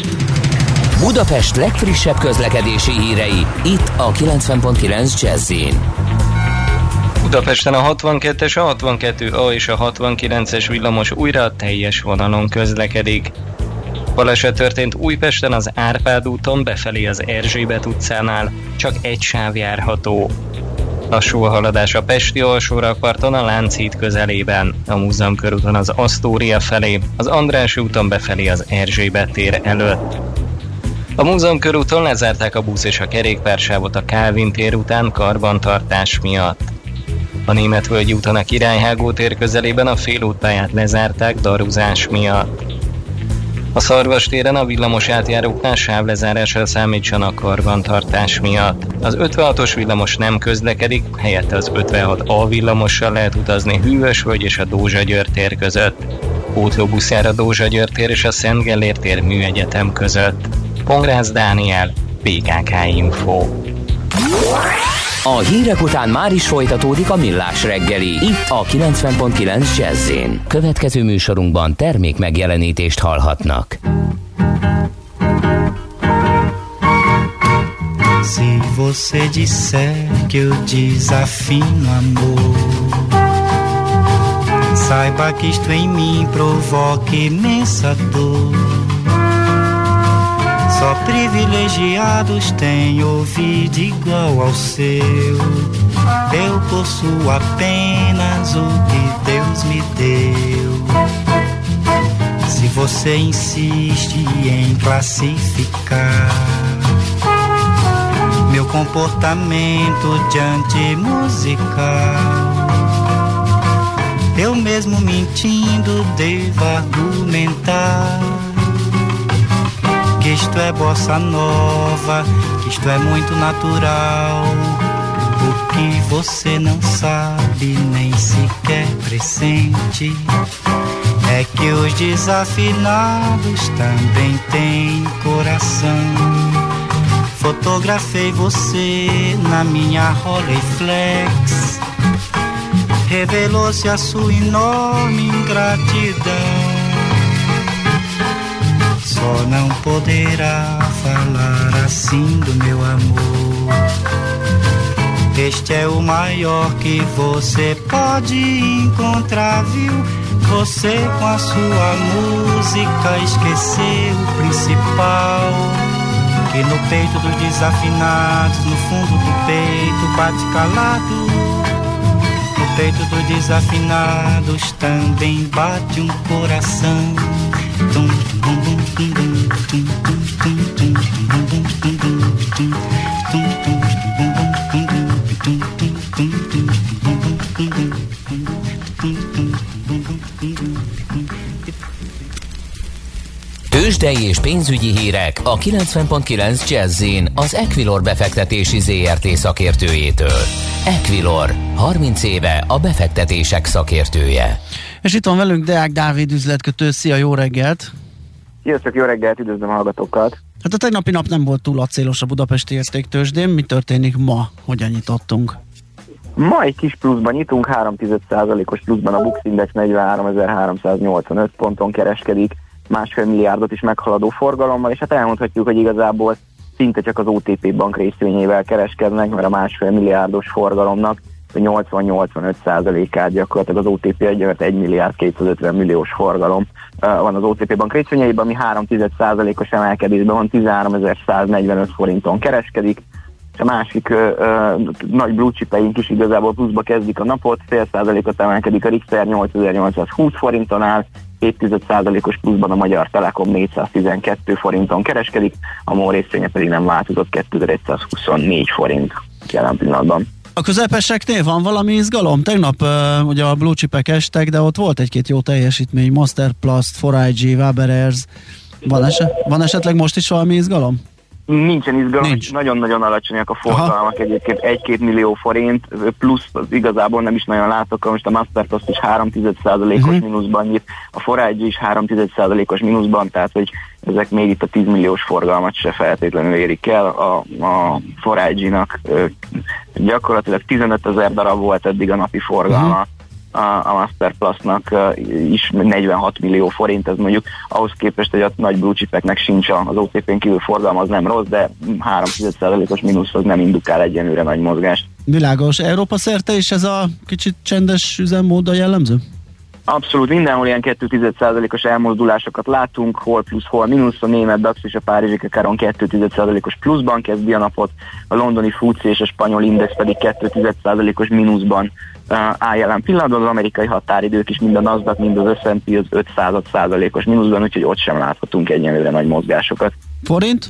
Budapest legfrissebb közlekedési hírei, itt a 90.9 Jazz-in. Budapesten a 62-es, a 62A és a 69-es villamos újra a teljes vonalon közlekedik. Baleset történt Újpesten az Árpád úton befelé az Erzsébet utcánál, csak egy sáv járható. Lassú a haladás a Pesti alsórakparton a Lánchíd közelében, a Múzeum körúton az Asztória felé, az Andrássy úton befelé az Erzsébet tér előtt. A Múzeum körúton lezárták a busz és a kerékpársávot a Kálvin tér után karbantartás miatt. A Németvölgyi úton a Királyhágó tér közelében a félútpályát lezárták daruzás miatt. A Szarvas téren a villamos átjáróknál sávlezárásra számítsanak karbantartás miatt. Az 56-os villamos nem közlekedik, helyette az 56A villamossal lehet utazni Hűvösvölgy és a Dózsa-Győr tér között. Pótlóbusz jár a Dózsa-Győr tér és a Szent Gellért tér műegyetem között. Pongrász Dániel, BKK Info. A hírek után már is folytatódik a Millás reggeli, itt a 90.9 Jazz-in. Következő műsorunkban termék megjelenítést hallhatnak. Se você disser que eu desafino amor, saiba que isto em mim provoca imensa dor. Só privilegiados têm ouvido igual ao seu. Eu possuo apenas o que Deus me deu. Se você insiste em classificar meu comportamento diante musical, eu mesmo mentindo devo argumentar que isto é bossa nova, que isto é muito natural. O que você não sabe nem sequer pressente É que os desafinados também têm coração. Fotografei você na minha Rolleiflex. Revelou-se a sua enorme ingratidão. Só não poderá falar assim do meu amor. Este é o maior que você pode encontrar, viu? Você com a sua música esqueceu o principal. Que no peito dos desafinados, no fundo do peito bate calado. No peito dos desafinados também bate um coração. Tum, tum, tum, tum, tum, tum, tum, tum, tum, Tőzsdei és pénzügyi hírek a 90.9 Jazz-in az Equilor befektetési ZRT szakértőjétől. Equilor, 30 éve a befektetések szakértője. És itt van velünk Deák Dávid üzletkötő. Szia, jó reggelt! Sziasztok, jó reggelt, üdvözlöm a hallgatókat! Hát a tegnapi nap nem volt túl acélos a budapesti értéktőzsdén. Mi történik ma? Hogyan nyitottunk? Ma egy kis pluszban nyitunk, 3,1%-os pluszban a Bux Index 43.385 ponton kereskedik, 1,5 milliárdot is meghaladó forgalommal, és hát elmondhatjuk, hogy igazából szinte csak az OTP bank részvényével kereskednek, mert a 1,5 milliárdos forgalomnak 80-85%-át gyakorlatilag az OTP egyenlet 1 milliárd 250 milliós forgalom van az OTP bank részvényeiben, ami 3,1%-os emelkedésben van, 13.145 forinton kereskedik, és a másik nagy blue chipeink is igazából pluszba kezdik a napot, 0,5%-ot emelkedik a Richter 8.820 forinton áll, 0,7%-os pluszban a Magyar Telekom 412 forinton kereskedik, a MOL részvénye pedig nem változott, 2124 forint jelen pillanatban. A közepeseknél van valami izgalom? Tegnap ugye a blue chipek estek, de ott volt egy-két jó teljesítmény, Masterplast, 4IG, Waberers. Van esetleg most is valami izgalom? Nincsen izgalom, nagyon-nagyon alacsonyak a forgalmak, egyébként 1-2 millió forint, plusz igazából nem is nagyon látok, most a Masterplast is 3,1%-os mínuszban nyit, a 4IG is 3,1%-os mínuszban, tehát hogy ezek még itt a 10 milliós forgalmat se feltétlenül érik el. A 4IG-nak gyakorlatilag 15 000 darab volt eddig a napi forgalma, a Masterplastnak is 46 millió forint, ez mondjuk ahhoz képest, hogy a nagy blue chipeknek sincs az OTP-n kívül forgalma, az nem rossz, de 3,1%-os mínusz az nem indukál egyenlőre nagy mozgást. Világos. Európa szerte is ez a kicsit csendes üzemmód a jellemző? Abszolút, mindenhol ilyen 2,1%-os elmozdulásokat látunk, hol plusz, hol mínusz, a német DAX és a párizsi Kakaron 2,1%-os pluszban kezdi a napot, a londoni FTSE és a spanyol index pedig 2,1%-os mínuszban áll jelen pillanatban, az amerikai határidők is mind a Nasdaq, mind az S&P az 0,5%-os mínuszban, úgyhogy ott sem láthatunk egyenlőre nagy mozgásokat. Forint?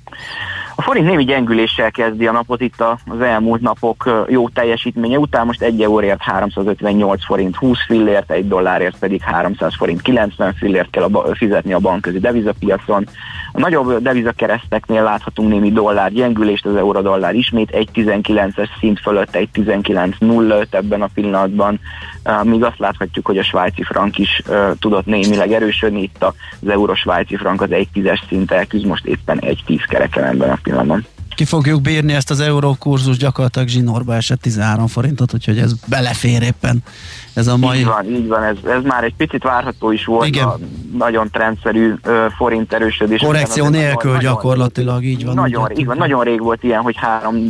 A forint némi gyengüléssel kezdi a napot itt az elmúlt napok jó teljesítménye után, most 1 euróért 358 forint 20 fillért, 1 dollárért pedig 300 forint 90 fillért kell fizetni a bankközi devizapiacon. A nagyobb devizakereszteknél láthatunk némi dollár gyengülést, az euró-dollár ismét 1,19-es szint fölött 1,19,05 ebben a pillanatban, míg azt láthatjuk, hogy a svájci frank is tudott némileg erősödni, itt az euró-svájci frank az 1,10-es szint elküzd, most éppen 1,10 kereken ebben a pillanatban. Ki fogjuk bírni ezt az euró kurzus, gyakorlatilag zsinórba esett 13 forintot, úgyhogy ez belefér éppen ez a mai... Így van, ez már egy picit várható is volt. Igen. A nagyon trendszerű forint erősödés. Korrekció nélkül gyakorlatilag, így van. Nagyon rég volt ilyen, hogy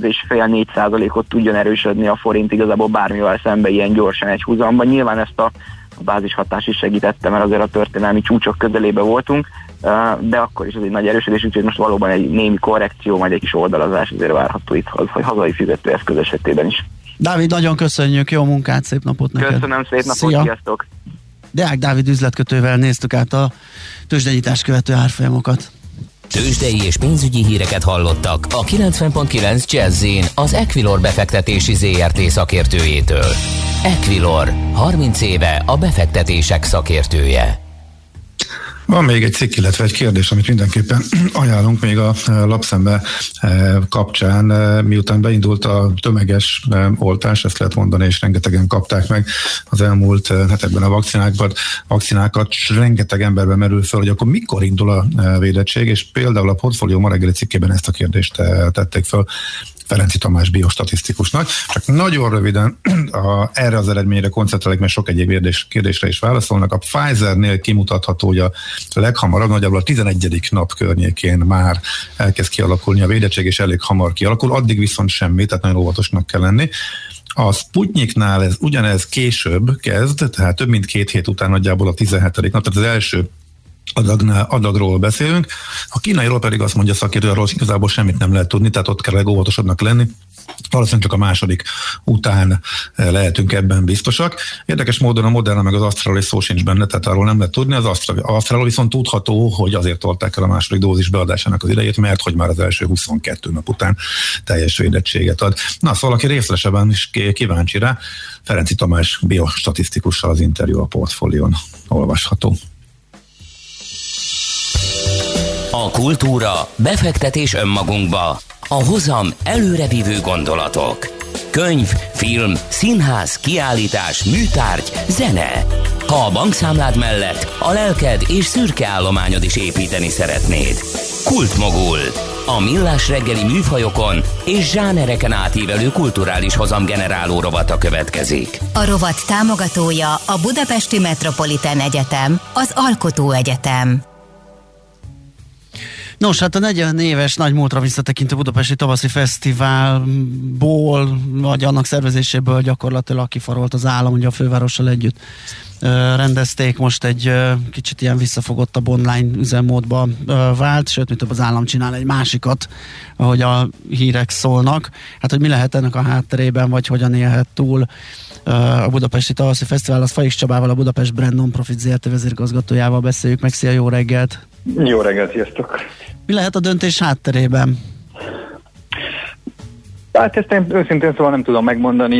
3,5-4%-ot tudjon erősödni a forint igazából bármivel szembe ilyen gyorsan egy húzamban. Nyilván ezt a bázishatás is segítette, mert azért a történelmi csúcsok közelébe voltunk, de akkor is ez egy nagy erősödés, úgyhogy most valóban egy némi korrekció, majd egy kis oldalazás azért várható itt, hogy hazai fizetőeszköz esetében is. Dávid, nagyon köszönjük, jó munkát, szép napot neked! Köszönöm, szép napot, sziasztok! Deák Dávid üzletkötővel néztük át a tőzsdenyítás követő árfolyamokat. Tőzsdei és pénzügyi híreket hallottak a 90.9 Jazz-in az Equilor befektetési ZRT szakértőjétől. Equilor, 30 éve a befektetések szakértője. Van még egy cikk, illetve egy kérdés, amit mindenképpen ajánlunk még a Lapszembe kapcsán, miután beindult a tömeges oltás, ezt lehet mondani, és rengetegen kapták meg az elmúlt hetekben a vakcinákat, és rengeteg emberben merül fel, hogy akkor mikor indul a védettség, és például a Portfolio ma reggeli cikkében ezt a kérdést tették fel Ferenci Tamás biostatisztikusnak. Csak nagyon röviden erre az eredményre koncentrálok, mert sok egyéb kérdésre is válaszolnak. A Pfizernél kimutatható, hogy a leghamarabb, nagyjából a 11. nap környékén már elkezd kialakulni a védettség, és elég hamar kialakul, addig viszont semmi, tehát nagyon óvatosnak kell lenni. A Sputniknál ugyanez később kezd, tehát több mint 2 hét után nagyjából a 17. nap, tehát az első adagról beszélünk. A kínairól pedig azt mondja szakértő, arról igazából semmit nem lehet tudni, tehát ott kell legóvatosabbnak lenni. Valószínűleg csak a második után lehetünk ebben biztosak. Érdekes módon a Moderna meg az Astra szó sincs benne, tehát arról nem lehet tudni. Az Astra viszont tudható, hogy azért tolták el a második dózis beadásának az idejét, mert hogy már az első 22 nap után teljes védettséget ad. Na, szóval aki részletesebben is kíváncsi rá, Ferenci Tamás biostatisztikussal az interjú a Portfólión olvasható. A kultúra, befektetés önmagunkba, a hozam előrevívő gondolatok. Könyv, film, színház, kiállítás, műtárgy, zene. Ha a bankszámlád mellett a lelked és szürke állományod is építeni szeretnéd. Kultmogul. A millás reggeli műfajokon és zsánereken átívelő kulturális hozamgeneráló rovata következik. A rovat támogatója a Budapesti Metropolitán Egyetem, az Alkotó Egyetem. Nos, hát a 40 éves nagy múltra visszatekintő Budapesti Tavaszi Fesztiválból, vagy annak szervezéséből gyakorlatilag kifarolt az állam, ugye a fővárossal együtt rendezték, most egy kicsit ilyen visszafogottabb online üzemmódba vált, sőt, mint több az állam csinál egy másikat, ahogy a hírek szólnak. Hát, hogy mi lehet ennek a hátterében, vagy hogyan élhet túl a Budapesti Tavaszi Fesztivál, az Faiks Csabával, a Budapest Brand Non-Profit ZRT vezérigazgatójával beszéljük meg. Szia, jó reggelt! Jó reggelt, sziasztok! Mi lehet a döntés hátterében? Hát ezt én őszintén szóval nem tudom megmondani.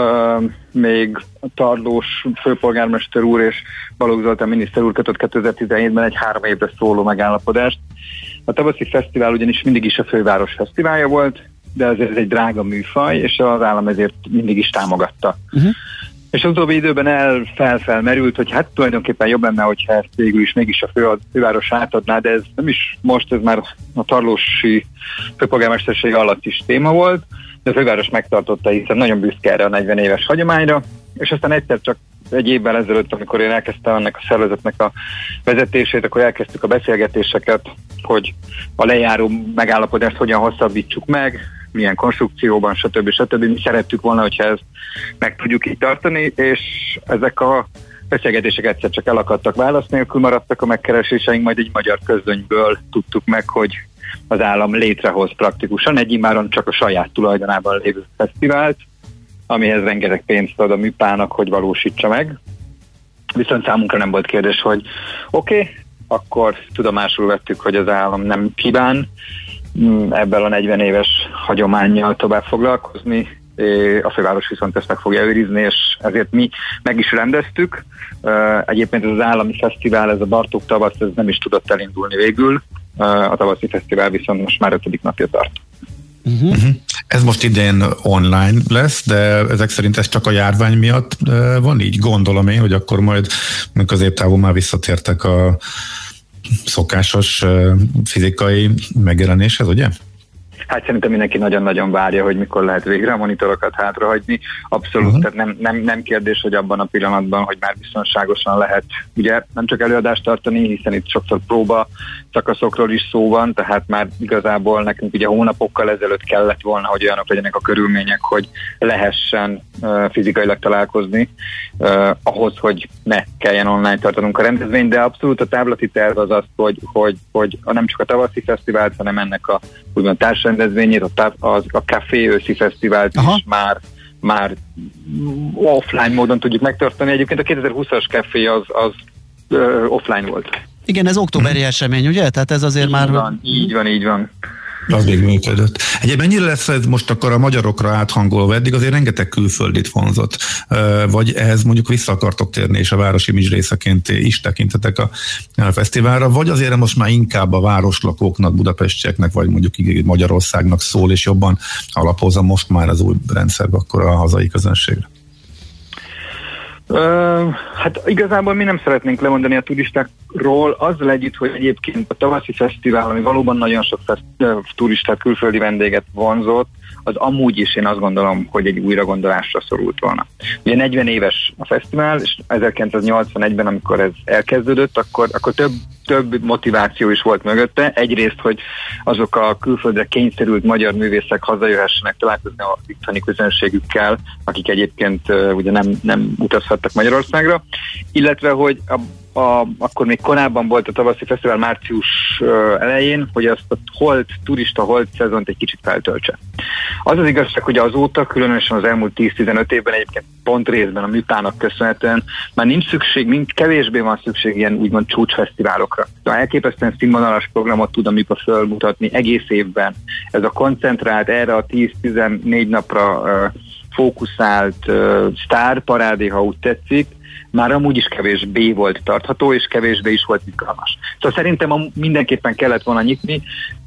Még a Tarlós főpolgármester úr és Balogh Zoltán miniszter úr kötött 2017-ben egy 3 évre szóló megállapodást. A Tavaszi Fesztivál ugyanis mindig is a főváros fesztiválja volt, de ez egy drága műfaj, és az állam ezért mindig is támogatta. És az utóbbi időben felmerült, hogy hát tulajdonképpen jobb lenne, hogyha ezt végül is mégis a főváros átadná, de ez nem is most, ez már a tarlósi főpolgármesterség alatt is téma volt, de a főváros megtartotta, hiszen nagyon büszke erre a 40 éves hagyományra, és aztán egyszer csak egy évvel ezelőtt, amikor én elkezdtem ennek a szervezetnek a vezetését, akkor elkezdtük a beszélgetéseket, hogy a lejáró megállapodást hogyan hosszabbítsuk meg, milyen konstrukcióban, stb. Mi szerettük volna, hogyha ezt meg tudjuk így tartani, és ezek a beszélgetések egyszer csak elakadtak, válasz nélkül maradtak a megkereséseink, majd egy magyar közönyből tudtuk meg, hogy az állam létrehoz praktikusan egy immáron csak a saját tulajdonában lévő fesztivált, amihez rengeteg pénzt ad a műpának, hogy valósítsa meg. Viszont számunkra nem volt kérdés, hogy oké, akkor tudomásul vettük, hogy az állam nem kíván ebben a 40 éves hagyománnyal tovább foglalkozni, a főváros viszont ezt meg fogja őrizni, és ezért mi meg is rendeztük. Egyébként ez az állami fesztivál, ez a Bartók tavasz, ez nem is tudott elindulni végül, a tavaszi fesztivál viszont most már 5. napja tart. Ez most idén online lesz, de ezek szerint ez csak a járvány miatt van így, gondolom én, hogy akkor majd középtávon már visszatértek a szokásos fizikai megjelenéshez, ugye? Hát szerintem mindenki nagyon-nagyon várja, hogy mikor lehet végre a monitorokat hátrahagyni. Abszolút, tehát nem kérdés, hogy abban a pillanatban, hogy már biztonságosan lehet ugye nem csak előadást tartani, hiszen itt sokszor próba szakaszokról is szó van, tehát már igazából nekünk ugye hónapokkal ezelőtt kellett volna, hogy olyanok legyenek a körülmények, hogy lehessen fizikailag találkozni, ahhoz, hogy ne kelljen online tartanunk a rendezvényt, de abszolút a távlati terv az az, hogy nem csak a tavaszi fesztivált, hanem ennek a úgymond társrendezvényét, a Café őszi fesztivált is már offline módon tudjuk megtartani. Egyébként a 2020-as Café az offline volt. Igen, ez októberi esemény, ugye? Tehát ez azért így már... Így van. Az még működött. Egyébként mennyire lesz ez most akkor a magyarokra áthangolva? Eddig azért rengeteg külföldit vonzott. Vagy ehhez mondjuk vissza akartok térni, és a városi image részeként is tekintetek a fesztiválra, vagy azért most már inkább a városlakóknak, budapestieknek, vagy mondjuk Magyarországnak szól, és jobban alapozza most már az új rendszerbe akkor a hazai közönségre? Hát igazából mi nem szeretnénk lemondani a turistákról, azzal együtt, hogy egyébként a tavaszi fesztivál, ami valóban nagyon sok turistát, külföldi vendéget vonzott, az amúgy is én azt gondolom, hogy egy újragondolásra szorult volna. Ugye 40 éves a fesztivál, és 1981-ben, amikor ez elkezdődött, akkor több motiváció is volt mögötte. Egyrészt, hogy azok a külföldre kényszerült magyar művészek hazajöhessenek találkozni a itteni közönségükkel, akik egyébként ugye nem utazhattak Magyarországra, illetve, hogy akkor még korábban volt a tavaszi fesztivál március elején, hogy azt a turista holt szezont egy kicsit feltöltse. Az az igazság, hogy azóta, különösen az elmúlt 10-15 évben egyébként pont részben a műpának köszönhetően már nincs szükség, kevésbé van szükség ilyen úgymond csúcsfesztiválokra. De elképesztően színvonalas programot tud a műpa fölmutatni egész évben. Ez a koncentrált, erre a 10-14 napra fókuszált sztárparádé, ha úgy tetszik, már amúgy is kevésbé volt tartható, és kevésbé is volt izgalmas. Szóval szerintem mindenképpen kellett volna nyitni.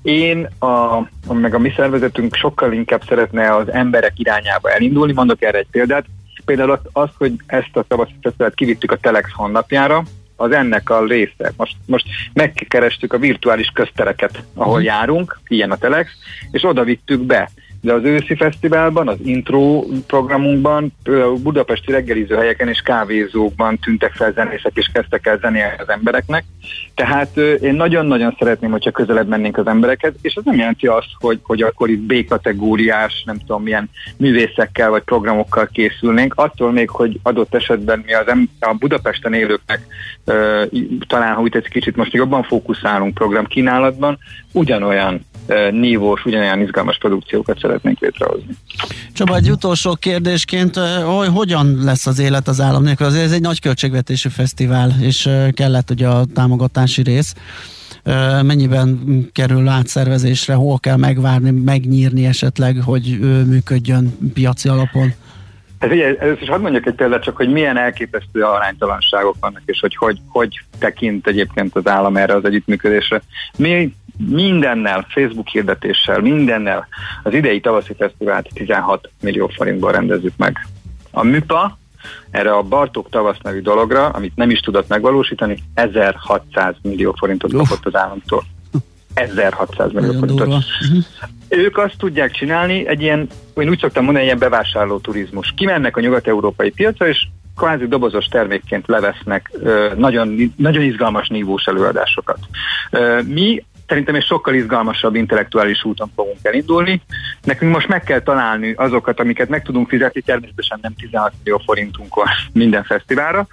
Meg a mi szervezetünk sokkal inkább szeretne az emberek irányába elindulni. Mondok erre egy példát. Például az, hogy ezt a tavaszi fesztivált kivittük a Telex honlapjára, az ennek a része. Most megkerestük a virtuális köztereket, ahol járunk, ilyen a Telex, és oda vittük be. De az őszi fesztiválban, az intro programunkban, budapesti reggeliző helyeken és kávézókban tűntek fel zenészek, és kezdtek el zenélni az embereknek. Tehát én nagyon-nagyon szeretném, hogyha közelebb mennénk az emberekhez, és ez nem jelenti azt, hogy akkor itt B-kategóriás, nem tudom milyen művészekkel vagy programokkal készülnénk. Attól még, hogy adott esetben mi a Budapesten élőknek talán, ha úgy tetszik, kicsit most jobban fókuszálunk programkínálatban, ugyanolyan nívós, ugyanolyan izgalmas produkciókat szeretnénk létrehozni. Csaba, egy utolsó kérdésként, hogyan lesz az élet az állam nélkül? Azért ez egy nagy költségvetésű fesztivál, és kellett ugye a támogatási rész. Mennyiben kerül átszervezésre, hol kell megvárni, megnyírni esetleg, hogy működjön piaci alapon? Először is hadd mondjak egy példát, csak hogy milyen elképesztő aránytalanságok vannak, és hogy tekint egyébként az állam erre az együttműködésre. Mi mindennel, Facebook hirdetéssel, mindennel az idei tavaszi fesztivált 16 millió forintból rendezzük meg. A műpa erre a Bartók tavasz nevű dologra, amit nem is tudott megvalósítani, 1600 millió forintot kapott az államtól. 1600 millió forintot. Ők azt tudják csinálni, egy ilyen, én úgy szoktam mondani, ilyen bevásárló turizmus. Kimennek a nyugat-európai piacra, és kvázi dobozos termékként levesznek nagyon, nagyon izgalmas nívós előadásokat. Mi szerintem egy sokkal izgalmasabb intellektuális úton fogunk elindulni. Nekünk most meg kell találni azokat, amiket meg tudunk fizetni, természetesen nem 16 millió forintunkon minden fesztiválra,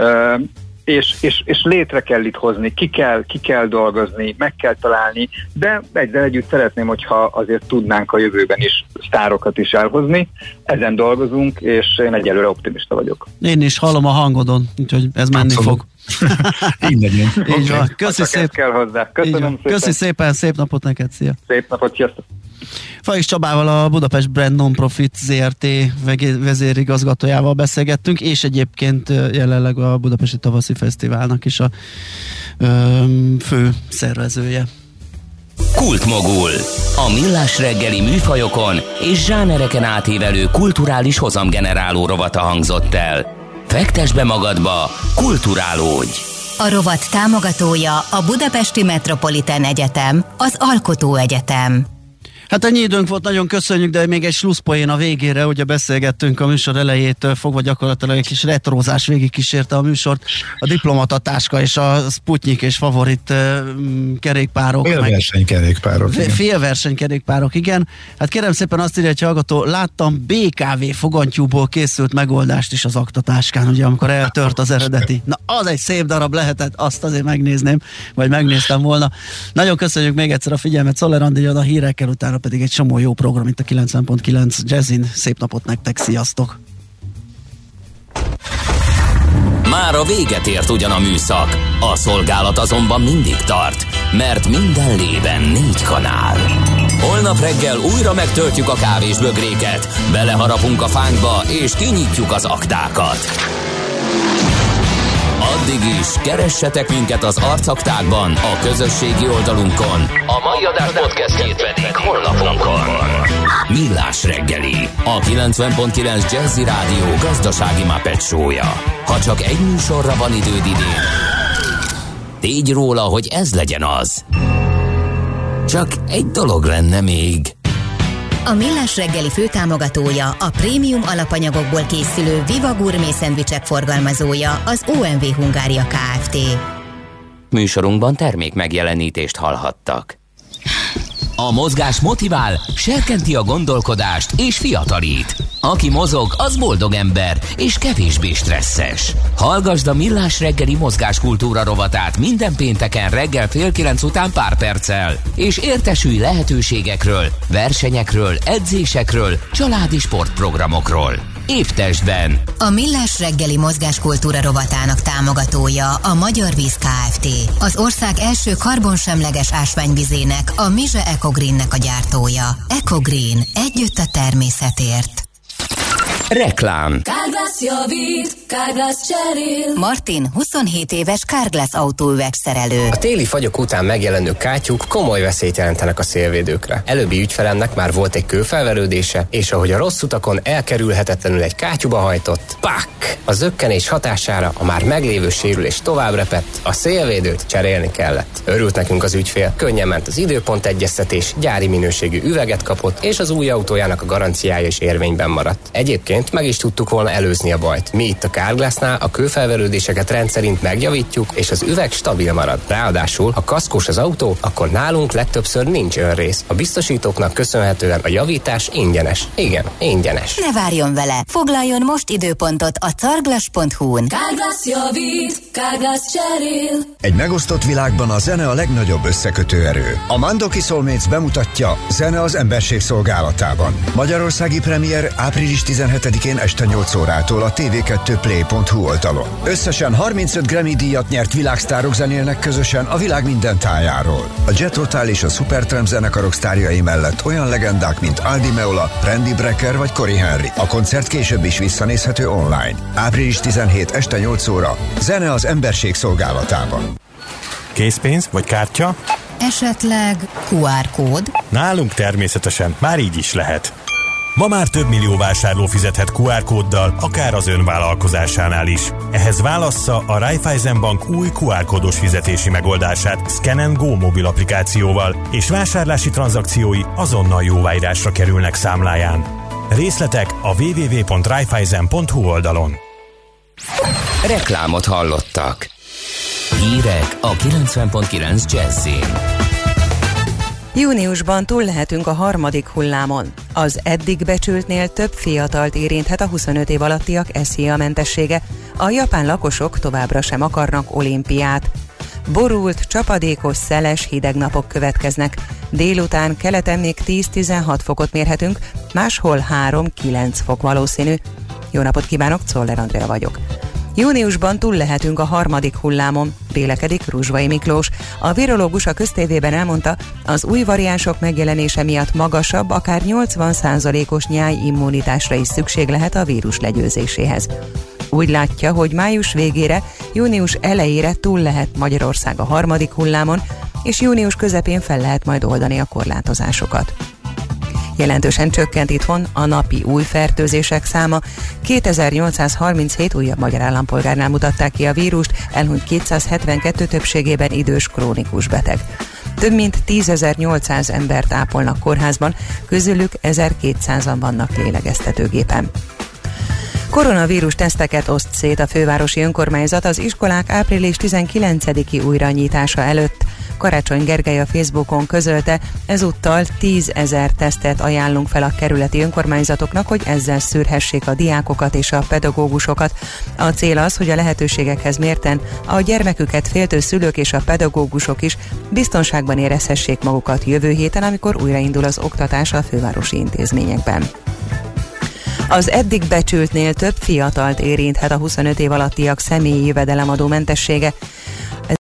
és létre kell itt hozni, ki kell dolgozni, meg kell találni, de egyben együtt szeretném, hogyha azért tudnánk a jövőben is sztárokat is elhozni. Ezen dolgozunk, és én egyelőre optimista vagyok. Én is hallom a hangodon, úgyhogy ez menni fog. Így legyen. Így van. Köszi szépen. Kell hozzá. Köszönöm szépen. Köszi szépen, szép napot neked, szia. Szép napot, sziasztok. Fajs Csabával, a Budapest Brand Non-Profit ZRT vezérigazgatójával beszélgettünk, és egyébként jelenleg a Budapesti Tavaszi Fesztiválnak is a fő szervezője. Kultmogul. A millás reggeli műfajokon és zsánereken átívelő kulturális hozamgeneráló rovata hangzott el. Fektesd be magadba, kulturálódj! A rovat támogatója a Budapesti Metropolitán Egyetem, az Alkotó Egyetem. Hát ennyi időnk volt, nagyon köszönjük, de még egy slusszpoén a végére, ugye beszélgettünk a műsor elejétől fogva, gyakorlatilag egy kis retrózás végigkísérte a műsort, a diplomatatáska és a Sputnik és Favorit kerékpárok. Félversenykerékpárok. Félversenykerékpárok, igen. Hát kérem szépen azt írja, hogy hallgató, láttam BKV fogantyúból készült megoldást is az aktatáskán, ugye amikor eltört az eredeti. Na, az egy szép darab lehetett, azt azért megnézném, vagy megnéztem volna. Nagyon köszönjük még egyszer a figyelmet, Szoller Andi jön a hírekkel, utána pedig egy csomó jó program itt a 90.9 Jazzin. Szép napot nektek, sziasztok! Már a véget ért ugyan a műszak, a szolgálat azonban mindig tart, mert minden lében 4 kanál. Holnap reggel újra megtöltjük a kávésbögréket, beleharapunk a fánkba és kinyitjuk az aktákat. Addig is keressetek minket az arcaktákban, a közösségi oldalunkon. A mai adás podcastjét pedig honlapunkon. Millás reggeli, a 90.9 Jazzy Rádió gazdasági Muppet show-ja. Ha csak egy műsorra van időd idén, tégy róla, hogy ez legyen az. Csak egy dolog lenne még. A Millás reggeli főtámogatója, a prémium alapanyagokból készülő Viva Gourmet szendvicsek forgalmazója, az OMV Hungária Kft. Műsorunkban termék megjelenítést hallhattak. A mozgás motivál, serkenti a gondolkodást és fiatalít. Aki mozog, az boldog ember és kevésbé stresszes. Hallgasd a Millás reggeli mozgáskultúra rovatát minden pénteken reggel 8:30 után pár perccel, és értesülj lehetőségekről, versenyekről, edzésekről, családi sportprogramokról. Épp testben. A Millás reggeli mozgáskultúra rovatának támogatója a Magyar Víz Kft. Az ország első karbonsemleges ásványvizének, a Mize Ecogreennek a gyártója. Ecogreen. Együtt a természetért. Reklám. Carglass javít, Carglass cserél. Martin 27 éves Carglass autóüvegszerelő. A téli fagyok után megjelenő kátyúk komoly veszélyt jelentenek a szélvédőkre. Előbbi ügyfelemnek már volt egy kőfelverődése, és ahogy a rossz utakon elkerülhetetlenül egy kátyúba hajtott, pak! A zökkenés hatására a már meglévő sérülés tovább repett, a szélvédőt cserélni kellett. Örült nekünk az ügyfél, könnyen ment az időpont egyeztetés, gyári minőségű üveget kapott, és az új autójának a garanciája is érvényben maradt. Egyébként meg is tudtuk volna előzni a bajt. Mi itt a Carglassnál a kőfelverődéseket rendszerint megjavítjuk, és az üveg stabil marad. Ráadásul, ha kaszkós az autó, akkor nálunk legtöbbször nincs önrész. A biztosítóknak köszönhetően a javítás ingyenes. Igen, ingyenes. Ne várjon vele! Foglaljon most időpontot a carglass.hu-n. Carglass javít, Carglass cserél. Egy megosztott világban a zene a legnagyobb összekötő erő. A Mandoki Soulmates bemutatja Zene az emberség szolgálatában. Magyarországi premier április 17-én este 8 órától a tv2play.hu oldalon. Összesen 35 Grammy díjat nyert világsztárok zenélnek közösen a világ minden tájáról. A Jet Rotal és a Supertramp zenekarok sztárjai mellett olyan legendák, mint Aldi Meola, Randy Brecker vagy Cory Henry. A koncert később is visszanézhető online. Április 17 este 8 óra. Zene az emberség szolgálatában. Készpénz vagy kártya? Esetleg QR kód? Nálunk természetesen már így is lehet. Ma már több millió vásárló fizethet QR kóddal, akár az ön vállalkozásánál is. Ehhez válassza a Raiffeisen Bank új QR kódos fizetési megoldását Scan & Go mobil applikációval, és vásárlási tranzakciói azonnal jóváírásra kerülnek számláján. Részletek a www.raiffeisen.hu oldalon. Reklámot hallottak. Hírek a 90.9 Jazzyn. Júniusban túl lehetünk a harmadik hullámon. Az eddig becsültnél több fiatalt érinthet a 25 év alattiak SZIA-mentessége. A japán lakosok továbbra sem akarnak olimpiát. Borult, csapadékos, szeles, hideg napok következnek. Délután keleten még 10-16 fokot mérhetünk, máshol 3-9 fok valószínű. Jó napot kívánok, Czoller Andrea vagyok. Júniusban túl lehetünk a harmadik hullámon, vélekedik Ruzsvai Miklós. A virológus a köztévében elmondta, az új variánsok megjelenése miatt magasabb, akár 80%-os nyájimmunitásra is szükség lehet a vírus legyőzéséhez. Úgy látja, hogy május végére, június elejére túl lehet Magyarország a harmadik hullámon, és június közepén fel lehet majd oldani a korlátozásokat. Jelentősen csökkent itthon a napi új fertőzések száma. 2837 újabb magyar állampolgárnál mutatták ki a vírust, elhunyt 272 többségében idős krónikus beteg. Több mint 10.800 embert ápolnak kórházban, közülük 1200-an vannak lélegeztetőgépen. Koronavírus teszteket oszt szét a fővárosi önkormányzat az iskolák április 19-i újranyitása előtt. Karácsony Gergely a Facebookon közölte, ezúttal 10 000 tesztet ajánlunk fel a kerületi önkormányzatoknak, hogy ezzel szűrhessék a diákokat és a pedagógusokat. A cél az, hogy a lehetőségekhez mérten a gyermeküket féltő szülők és a pedagógusok is biztonságban érezhessék magukat jövő héten, amikor újraindul az oktatás a fővárosi intézményekben. Az eddig becsültnél több fiatalt érinthet a 25 év alattiak személyi jövedelemadó mentessége.